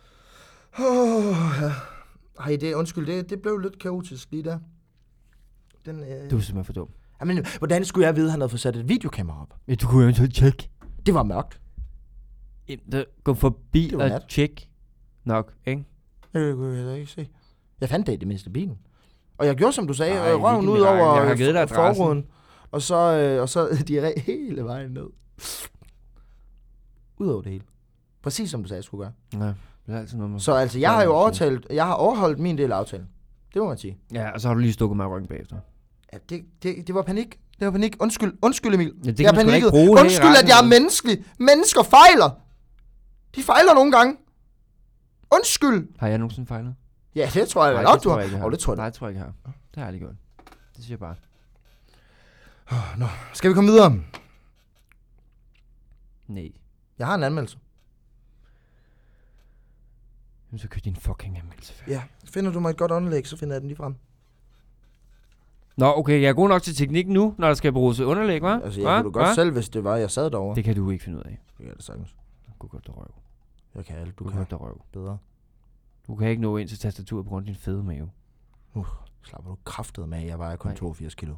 Ja. Undskyld, det blev lidt kaotisk lige der. Du er simpelthen for dum. Jamen, hvordan skulle jeg vide, at han havde fået sat et videokamera op? Ja, du kunne jo ikke tjekke. Det var mørkt. Gå forbi og tjek nok, ikke? Det kunne jeg da ikke se. Jeg fandt det i det mindste bilen. Og jeg gjorde, som du sagde, røven ud over forruden. Og så de hele vejen ned. Ud over det hele. Præcis som du sagde, jeg skulle gøre. Ja, det er altid noget med. Så altså, jeg har overholdt min del af aftalen. Det må man sige. Ja, og så har du lige stukket mig i ryggen bagefter. Ja, det var panik. Det var panik. Undskyld Emil. Ja, det jeg kan ikke bruge. Undskyld, at jeg er menneskelig. Mennesker fejler. De fejler nogle gange. Undskyld. Har jeg nogensinde fejlet? Ja, det tror jeg nok, du har. Det tror jeg ikke, jeg har. Det har jeg aldrig gjort. Det siger jeg bare. Nå, skal vi komme videre? Nej. Jeg har en anmeldelse. Så kører din fucking anmeldelse færdig. Ja, finder du mig et godt underlæg, så finder jeg den lige frem. Nå, okay, jeg er god nok til teknik nu, når der skal bruges underlæg, hva'? Altså, jeg kunne godt selv, hvis det var, jeg sad derovre. Det kan du ikke finde ud af. Det kan det sagtens. Du kan godt røv. Jeg kan alt, Du kan godt røv. Bedre. Du kan ikke nå ind til tastaturet på grund af din fede mave. Slapper du kraftet med, jeg vejer kun 82 kilo.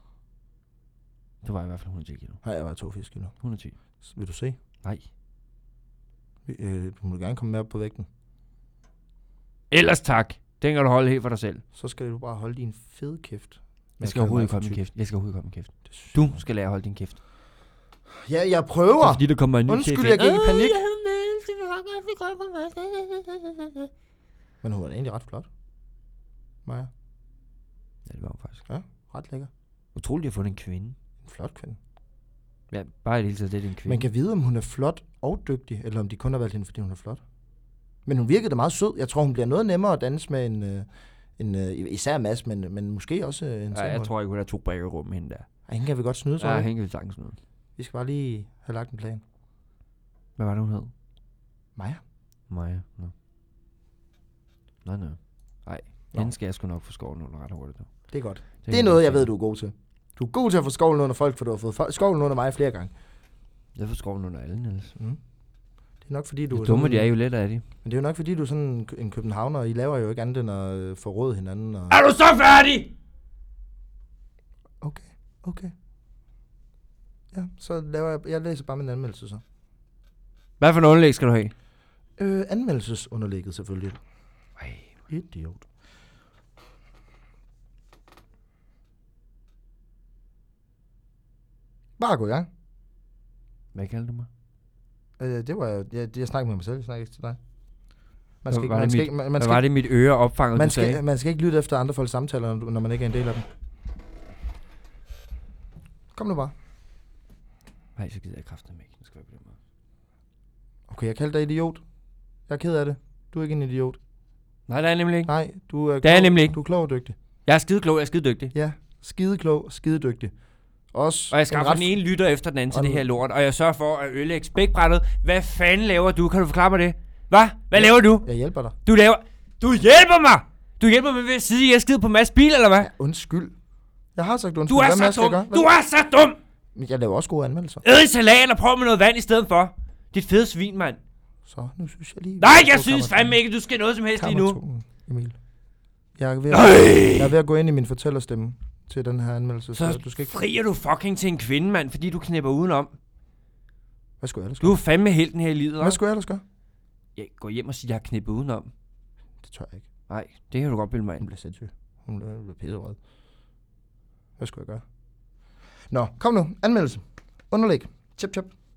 Du var i hvert fald 110 kilo. Nej, jeg vejer 82 kilo. 110. Vil du se? Nej. Du må gerne komme med op på vægten. Ellers tak. Den kan du holde helt for dig selv. Så skal du bare holde din fede kæft. Jeg skal overhovedet ikke holde min kæft. Jeg skal overhovedet ikke holde min kæft. Du skal lære at holde din kæft. Ja, jeg prøver. Det er fordi, der kommer en ny chef. Undskyld, jeg gik i panik. Men hun var da egentlig ret flot. Maja. Ja, det var hun faktisk. Ja, ret lækker. Utroligt at få en kvinde. En flot kvinde. Ja, bare i det hele taget, det er en kvinde. Man kan vide, om hun er flot og dygtig, eller om de kun har valgt hende, fordi hun er flot. Men hun virkede da meget sød. Jeg tror, hun bliver noget nemmere at danse med en især Mads, men måske også en Nej, jeg tror ikke, hun har 2 brækker rum med hende der. Ej, hende kan vi godt snyde, så. Ja, hende kan vi sagtens snyde. Vi skal bare lige have lagt en plan. Hvad var det, hun hed? Maja. Nå. Nej. Hende skal jeg sgu nok få skovlen under ret hurtigt. Det er godt. Det er noget, jeg ved, du er god til. Du er god til at få skovlen under folk, for du har fået skovlen under mig flere gange. Jeg får skovlen under alle, Niels. Mm. Det er nok fordi, du det er dumme, de er jo let af de. Men det er jo nok fordi, du er sådan en københavner, og I laver jo ikke andet end at forråde hinanden. Og... Er du så færdig? Okay. Ja, så laver jeg læser bare min anmeldelse så. Hvad for en underlæg skal du have? Anmeldelsesunderlægget selvfølgelig. Ej. Idiot. Bare gå i gang. Hvad kalder du mig? Det var jeg snakkede med mig selv, jeg snakkede ikke til dig. Hvad var det mit øre opfanget, du sagde? Man skal ikke lytte efter andre folks samtaler, når man ikke er en del af dem. Kom nu bare. Nej, så gider jeg kraften med. Det skal være på den måde. Okay, jeg kalder dig idiot. Jeg er ked af det. Du er ikke en idiot. Nej, det er jeg nemlig ikke. Nej, du er det er jeg nemlig ikke. Du er klog og dygtig. Jeg er skide klog, jeg er skide dygtig. Ja, skide klog, skide dygtig. Også og jeg skaffer den ene lytter efter den anden til det her lort, og jeg sørger for at ødelægge spækbrættet. Hvad fanden laver du? Kan du forklare mig det? Hvad laver du? Jeg hjælper dig. Du hjælper mig! Du hjælper mig ved at sige, at jeg er skide på Mads bil, eller hvad? Ja, undskyld. Jeg har sagt undskyld. Du er så dum! Du er så dum! Men jeg laver også gode anmeldelser. Æd en salat og prøv med noget vand i stedet for. Dit fede svin, mand. Så, nu synes jeg lige... Nej, jeg synes fandme ikke, du skal noget som helst lige nu. Emil. Jeg er ved at gå ind i min fortællerstemme til den her anmeldelse. Så du skal ikke... frier du fucking til en kvinde, mand, fordi du knæpper udenom. Hvad skulle jeg ellers gøre? Du er fandme helten her i livet, Hvad skulle jeg ellers gøre? Jeg går hjem og siger, at jeg har knæppet udenom. Det tør jeg ikke. Nej, det kan du godt bilde mig ind. Hun bliver sindssyg. Hun bliver pisserød. Hvad skulle jeg gøre? Nå, kom nu. Anmeldelse. Underlæg. Chip.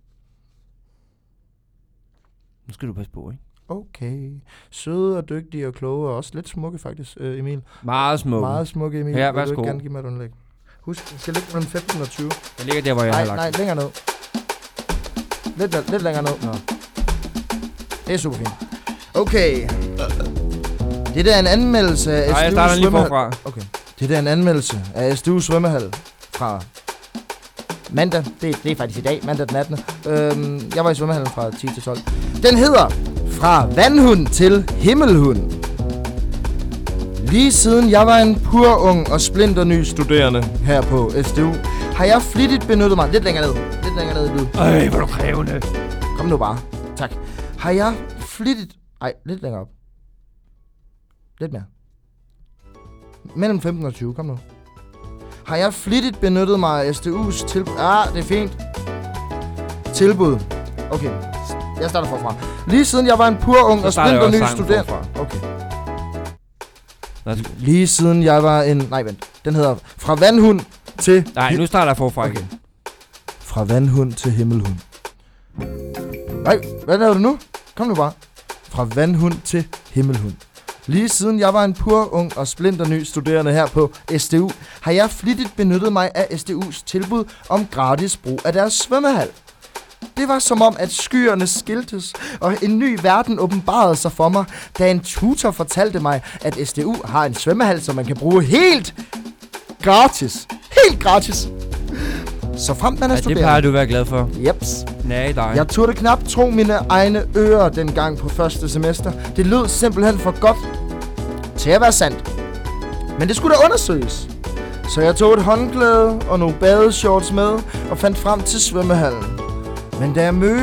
Nu skal du passe på, ikke? Okay. Søde og dygtige og kloge og også lidt smukke faktisk, Emil. Meget smukke. Meget smukke, Emil. Ja, værsgo. Vil du ikke gerne give mig et underlæg? Husk, det skal ligge mellem 15 og 20. Jeg ligger der, hvor jeg har lagt. Nej, længere ned. Lidt længere ned. Nå. Det er super fint. Okay. Det der er en anmeldelse af SDU jeg starter lige forfra. Okay. Det der er en anmeldelse af SDU svømmehal fra mandag. Det er faktisk i dag, mandag den 18. Jeg var i svømmehallen fra 10 til 12. Den hedder Fra vandhund til himmelhund. Lige siden jeg var en purung og splinterny studerende her på SDU, har jeg flittigt benyttet mig... Lidt længere ned i lyd. Øj, hvor er du krævende. Kom nu bare. Tak. Har jeg flittigt... Ej, lidt længere op. Lidt mere. Mellem 15 og 20, kom nu. Har jeg flittigt benyttet mig af SDU's tilbud... det er fint. Tilbud. Okay, jeg starter forfra. Lige siden jeg var en purung og splinterny studerende... Okay. Lige siden jeg var en... Nej, vent. Den hedder Fra vandhund til... Nej, nu starter jeg forfra igen. Fra vandhund til himmelhund. Nej, hvad laver du nu? Kom nu bare. Fra vandhund til himmelhund. Lige siden jeg var en purung og splinterny studerende her på SDU, har jeg flittigt benyttet mig af SDU's tilbud om gratis brug af deres svømmehal. Det var som om, at skyerne skiltes, og en ny verden åbenbarede sig for mig, da en tutor fortalte mig, at SDU har en svømmehal, som man kan bruge helt gratis. Helt gratis! Så frem man er det studerende. plejer du at være glad for. Jeps. Nej, dig. Jeg turde knap tro mine egne ører dengang på første semester. Det lød simpelthen for godt til at være sandt. Men det skulle da undersøges. Så jeg tog et håndklæde og nogle badeshorts med og fandt frem til svømmehallen. Men da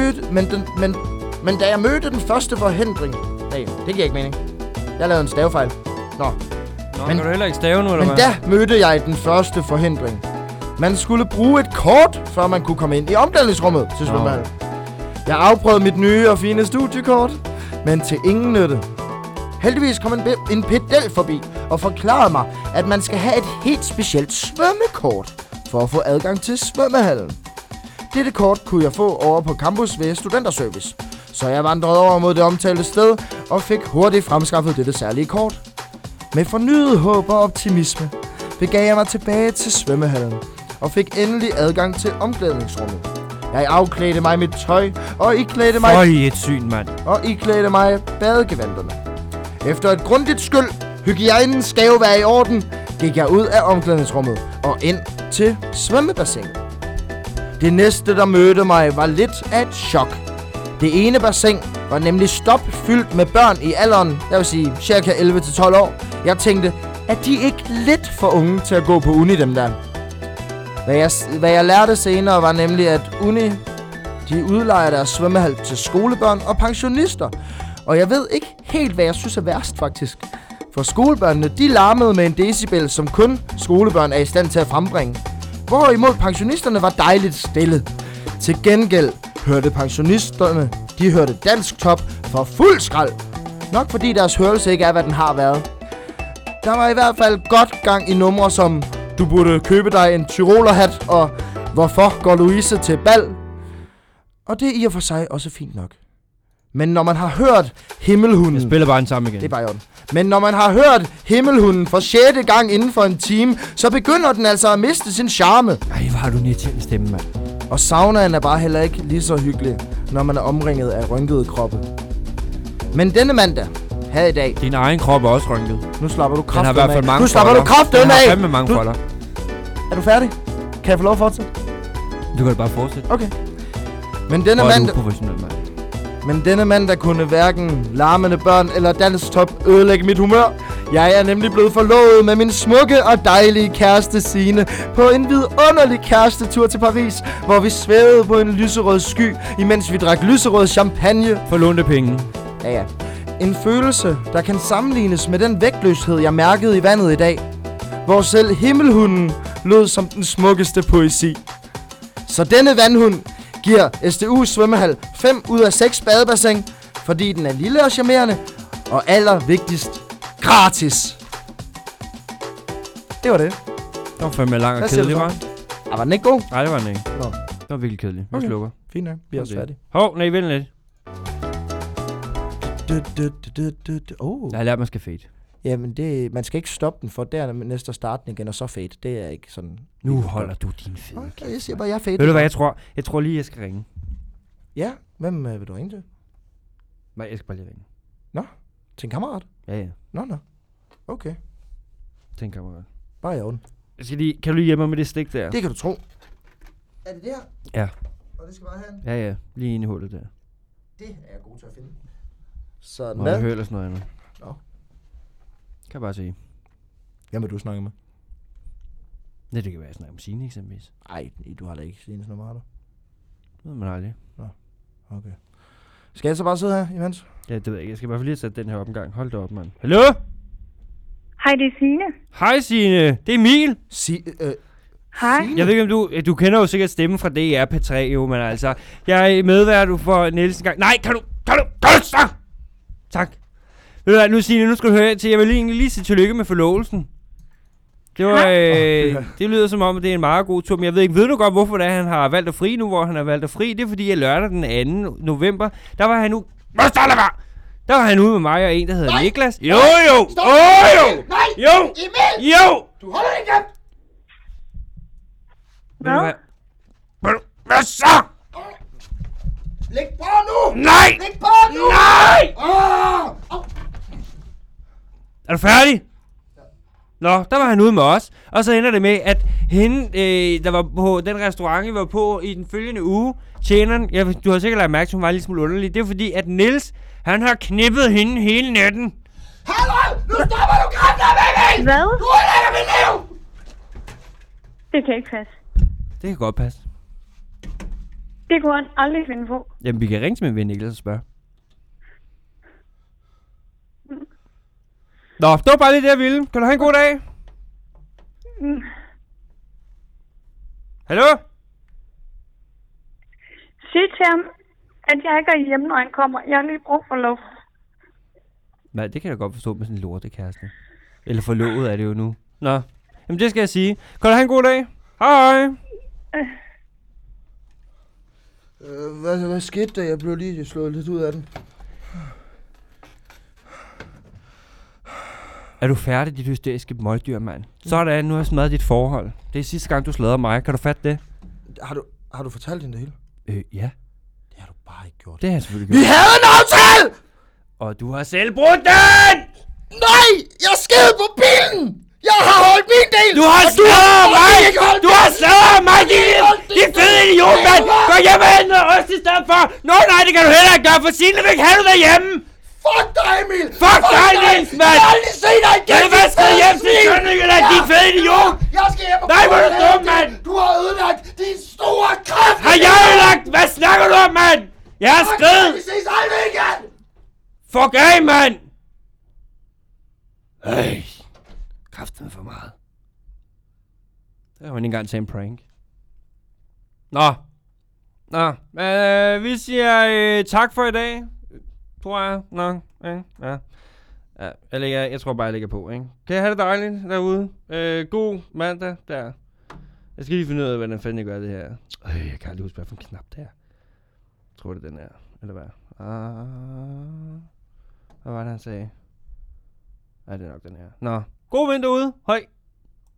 jeg mødte den første forhindring... Nej, det giver ikke mening. Jeg lavede en stavefejl. Nå, kan du heller ikke stave nu, eller men da mødte jeg den første forhindring. Man skulle bruge et kort, før man kunne komme ind i omklædningsrummet til svømmehallen. Jeg afprøvede mit nye og fine studiekort, men til ingen nytte. Heldigvis kom en pedel forbi og forklarede mig, at man skal have et helt specielt svømmekort for at få adgang til svømmehallen. Dette kort kunne jeg få over på campus ved Studenterservice, så jeg vandrede over mod det omtalte sted og fik hurtigt fremskaffet dette særlige kort. Med fornyet håb og optimisme begav jeg mig tilbage til svømmehallen og fik endelig adgang til omklædningsrummet. Jeg afklædte mig mit tøj og iklædte mig... Føj, et syn, mand. Og iklædte mig badegevanderne. Efter et grundigt skyld, hygiejnen skal jo være i orden, gik jeg ud af omklædningsrummet og ind til svømmebassinet. Det næste, der mødte mig, var lidt af et chok. Det ene bassin var nemlig stopfyldt med børn i alderen, jeg vil sige cirka 11-12 år. Jeg tænkte, at de ikke lidt for unge til at gå på uni, dem der. Hvad jeg lærte senere var nemlig, at uni, de udlejer deres svømmehal til skolebørn og pensionister. Og jeg ved ikke helt, hvad jeg synes er værst, faktisk. For skolebørnene, de larmede med en decibel, som kun skolebørn er i stand til at frembringe. Hvorimod pensionisterne var dejligt stille. Til gengæld hørte pensionisterne, de hørte Dansk Top for fuld skrald. Nok fordi deres hørelse ikke er, hvad den har været. Der var i hvert fald godt gang i numre som du burde købe dig en tyrolerhat og hvorfor går Louise til bal? Og det er i og for sig også fint nok. Men når man har hørt Himmelhunden... Jeg spiller bare den samme igen. Det er bare i orden. Men når man har hørt Himmelhunden for 6. gang inden for en time, så begynder den altså at miste sin charme. Ej, hvor har du en irriterende stemme, mand. Og saunaen er bare heller ikke lige så hyggelig, når man er omringet af rynkede kroppe. Men denne mandag, her i dag... Din egen krop er også rynket. Nu slapper du kraften af. Den har i hvert fald mange Nu slapper du kraften af. Den har fandme mange folder. Er du færdig? Kan jeg få lov at fortsætte? Du kan bare fortsætte. Okay. Men denne mandag... mand. Men denne mandag kunne hverken larmende børn eller Dansk Top ødelægge mit humør. Jeg er nemlig blevet forlovet med min smukke og dejlige kæreste Signe på en vidunderlig kærestetur til Paris, hvor vi svævede på en lyserød sky, imens vi drak lyserød champagne. For lånte penge. Ja. En følelse, der kan sammenlignes med den vægtløshed, jeg mærkede i vandet i dag, hvor selv Himmelhunden lød som den smukkeste poesi. Så denne vandhund giver SDU svømmehal 5 ud af 6 badebassin, fordi den er lille og charmerende, og allervigtigst, gratis. Det var det. Det var fandme lang og kedelig, var den? Var den ikke god? Nej, det var den ikke. Nå. Det var virkelig kedelig. Vi slukker. Fint nok. Vi er også færdige. Hov, nej, vent lidt. Jeg har lært, man skal fade. Jamen, man skal ikke stoppe den, for dernæst at starte den igen, og så fade. Det er ikke sådan... Nu holder du din fede. Okay, jeg siger bare, jeg er fade. Ved du hvad, jeg tror? Jeg tror lige, jeg skal ringe. Ja? Hvem vil du ringe til? Nej, jeg skal bare lige ringe. Nå? Til en kammerat? Ja. Nå. Okay. Til en kammerat. Bare i orden. Kan du lige hjælpe mig med det stik der? Det kan du tro. Er det der? Ja. Og det skal bare herhen? Ja. Lige inde i hullet der. Det er jeg god til at finde. Sådan der. Må jeg høre eller sådan noget andet? Nå. Kan jeg bare sige. Hvem vil du snakke med? Det kan være, jeg snakker med Signe eksempelvis. Nej, du har da ikke Signes nummer, har du? Det ved man aldrig. Nå, okay. Skal jeg så bare sidde her imens? Ja, det ved jeg ikke. Jeg skal i hvert fald lige sætte den her op en gang. Hold da op, mand. Hallo? Hej, det er Signe. Hej, Signe. Det er Emil. Hej. Jeg ved ikke, om du kender jo sikkert stemmen fra DR P3, jo, men altså... Jeg er medvært for Nielsen gang. Nej, kan du stop! Tak. Ved du hvad, nu Signe, nu skal du høre til. Jeg vil lige sige tillykke med forlovelsen. Det var, det lyder som om, at det er en meget god tur, men jeg ved ikke, ved du godt, hvorfor det er, han har valgt at fri nu, hvor han har valgt at fri? Det er fordi, at lørdag den 2. november, der var han Der var han ude med mig og en, der hedder Niklas. Jo! Stop! Jo! Nej! Jo! Emil! Jo! Du holder ikke op! Hvad? Hvad så? Læg på nu! Nej! Læg på nu! Nej! Er du færdig? Nå, der var han ude med os. Og så ender det med, at hende, der var på den restaurant, vi var på i den følgende uge, tjeneren, du har sikkert lagt mærke til, hun var lidt smule underlig. Det er fordi, at Niels, han har knippet hende hele natten. Hallo! Nu stopper du kraftedeme, Emil! Hvad? Du ødelægger mit liv! Det kan ikke passe. Det kan godt passe. Det kunne han aldrig finde på. Jamen, vi kan ringe til min ven Niklas og spørge. Nå, det var bare lige det, jeg ville. Kan du have en god dag? Hallo? Sig til ham, at jeg ikke er hjemme, når han kommer. Jeg har lige brug for luft. Nej, det kan jeg godt forstå med sådan en lortekæreste. Eller forlovet er det jo nu. Nå, jamen det skal jeg sige. Kan du have en god dag? Hej! Hvad skete der? Jeg blev lige slået lidt ud af den. Er du færdig, dit hysteriske møgdyr, mand? Sådan, nu har jeg smadret dit forhold. Det er sidste gang, du sladrer mig. Kan du fatte det? Har du fortalt hende det hele? Ja. Det har du bare ikke gjort. Det har jeg selvfølgelig gjort. Vi havde en aftale! Og du har selv brudt den! Nej! Jeg sked på bilen! Jeg har holdt min del! Du har sladret mig! Du har sladret mig, din fede idiot, mand! Gå hjem og hente noget ost i stedet for! Nå nej, det kan du heller ikke gøre, for Signe vil ikke have du derhjemme! Fuck dig, Emil! Fuck dig, Niels, mand! Jeg har aldrig set dig igen! Jeg vil være skrevet hjem til Sønderjylland, din fede idiot! Jeg skal hjem og Nej, hvor er du dum, mand! Du har ødelagt din store kraft! Har jeg ødelagt? Hvad snakker du om, mand? Jeg har skrevet! Vi ses aldrig igen! Fuck af, mand! Kræften for meget. Det har man ikke engang til en prank. Nå, vi siger tak for i dag. Tror jeg nok. Ja. Jeg tror bare, jeg lægger på, ikke? Kan jeg have det dejligt derude? God mandag der. Jeg skal lige finde ud af, hvordan fanden jeg gør det her. Jeg kan aldrig huske, hvad for en knap det er. Jeg tror, det er den her. Eller hvad? Hvad var det, han sagde? Nej, det er nok den her. Nå. God vind derude. Hej.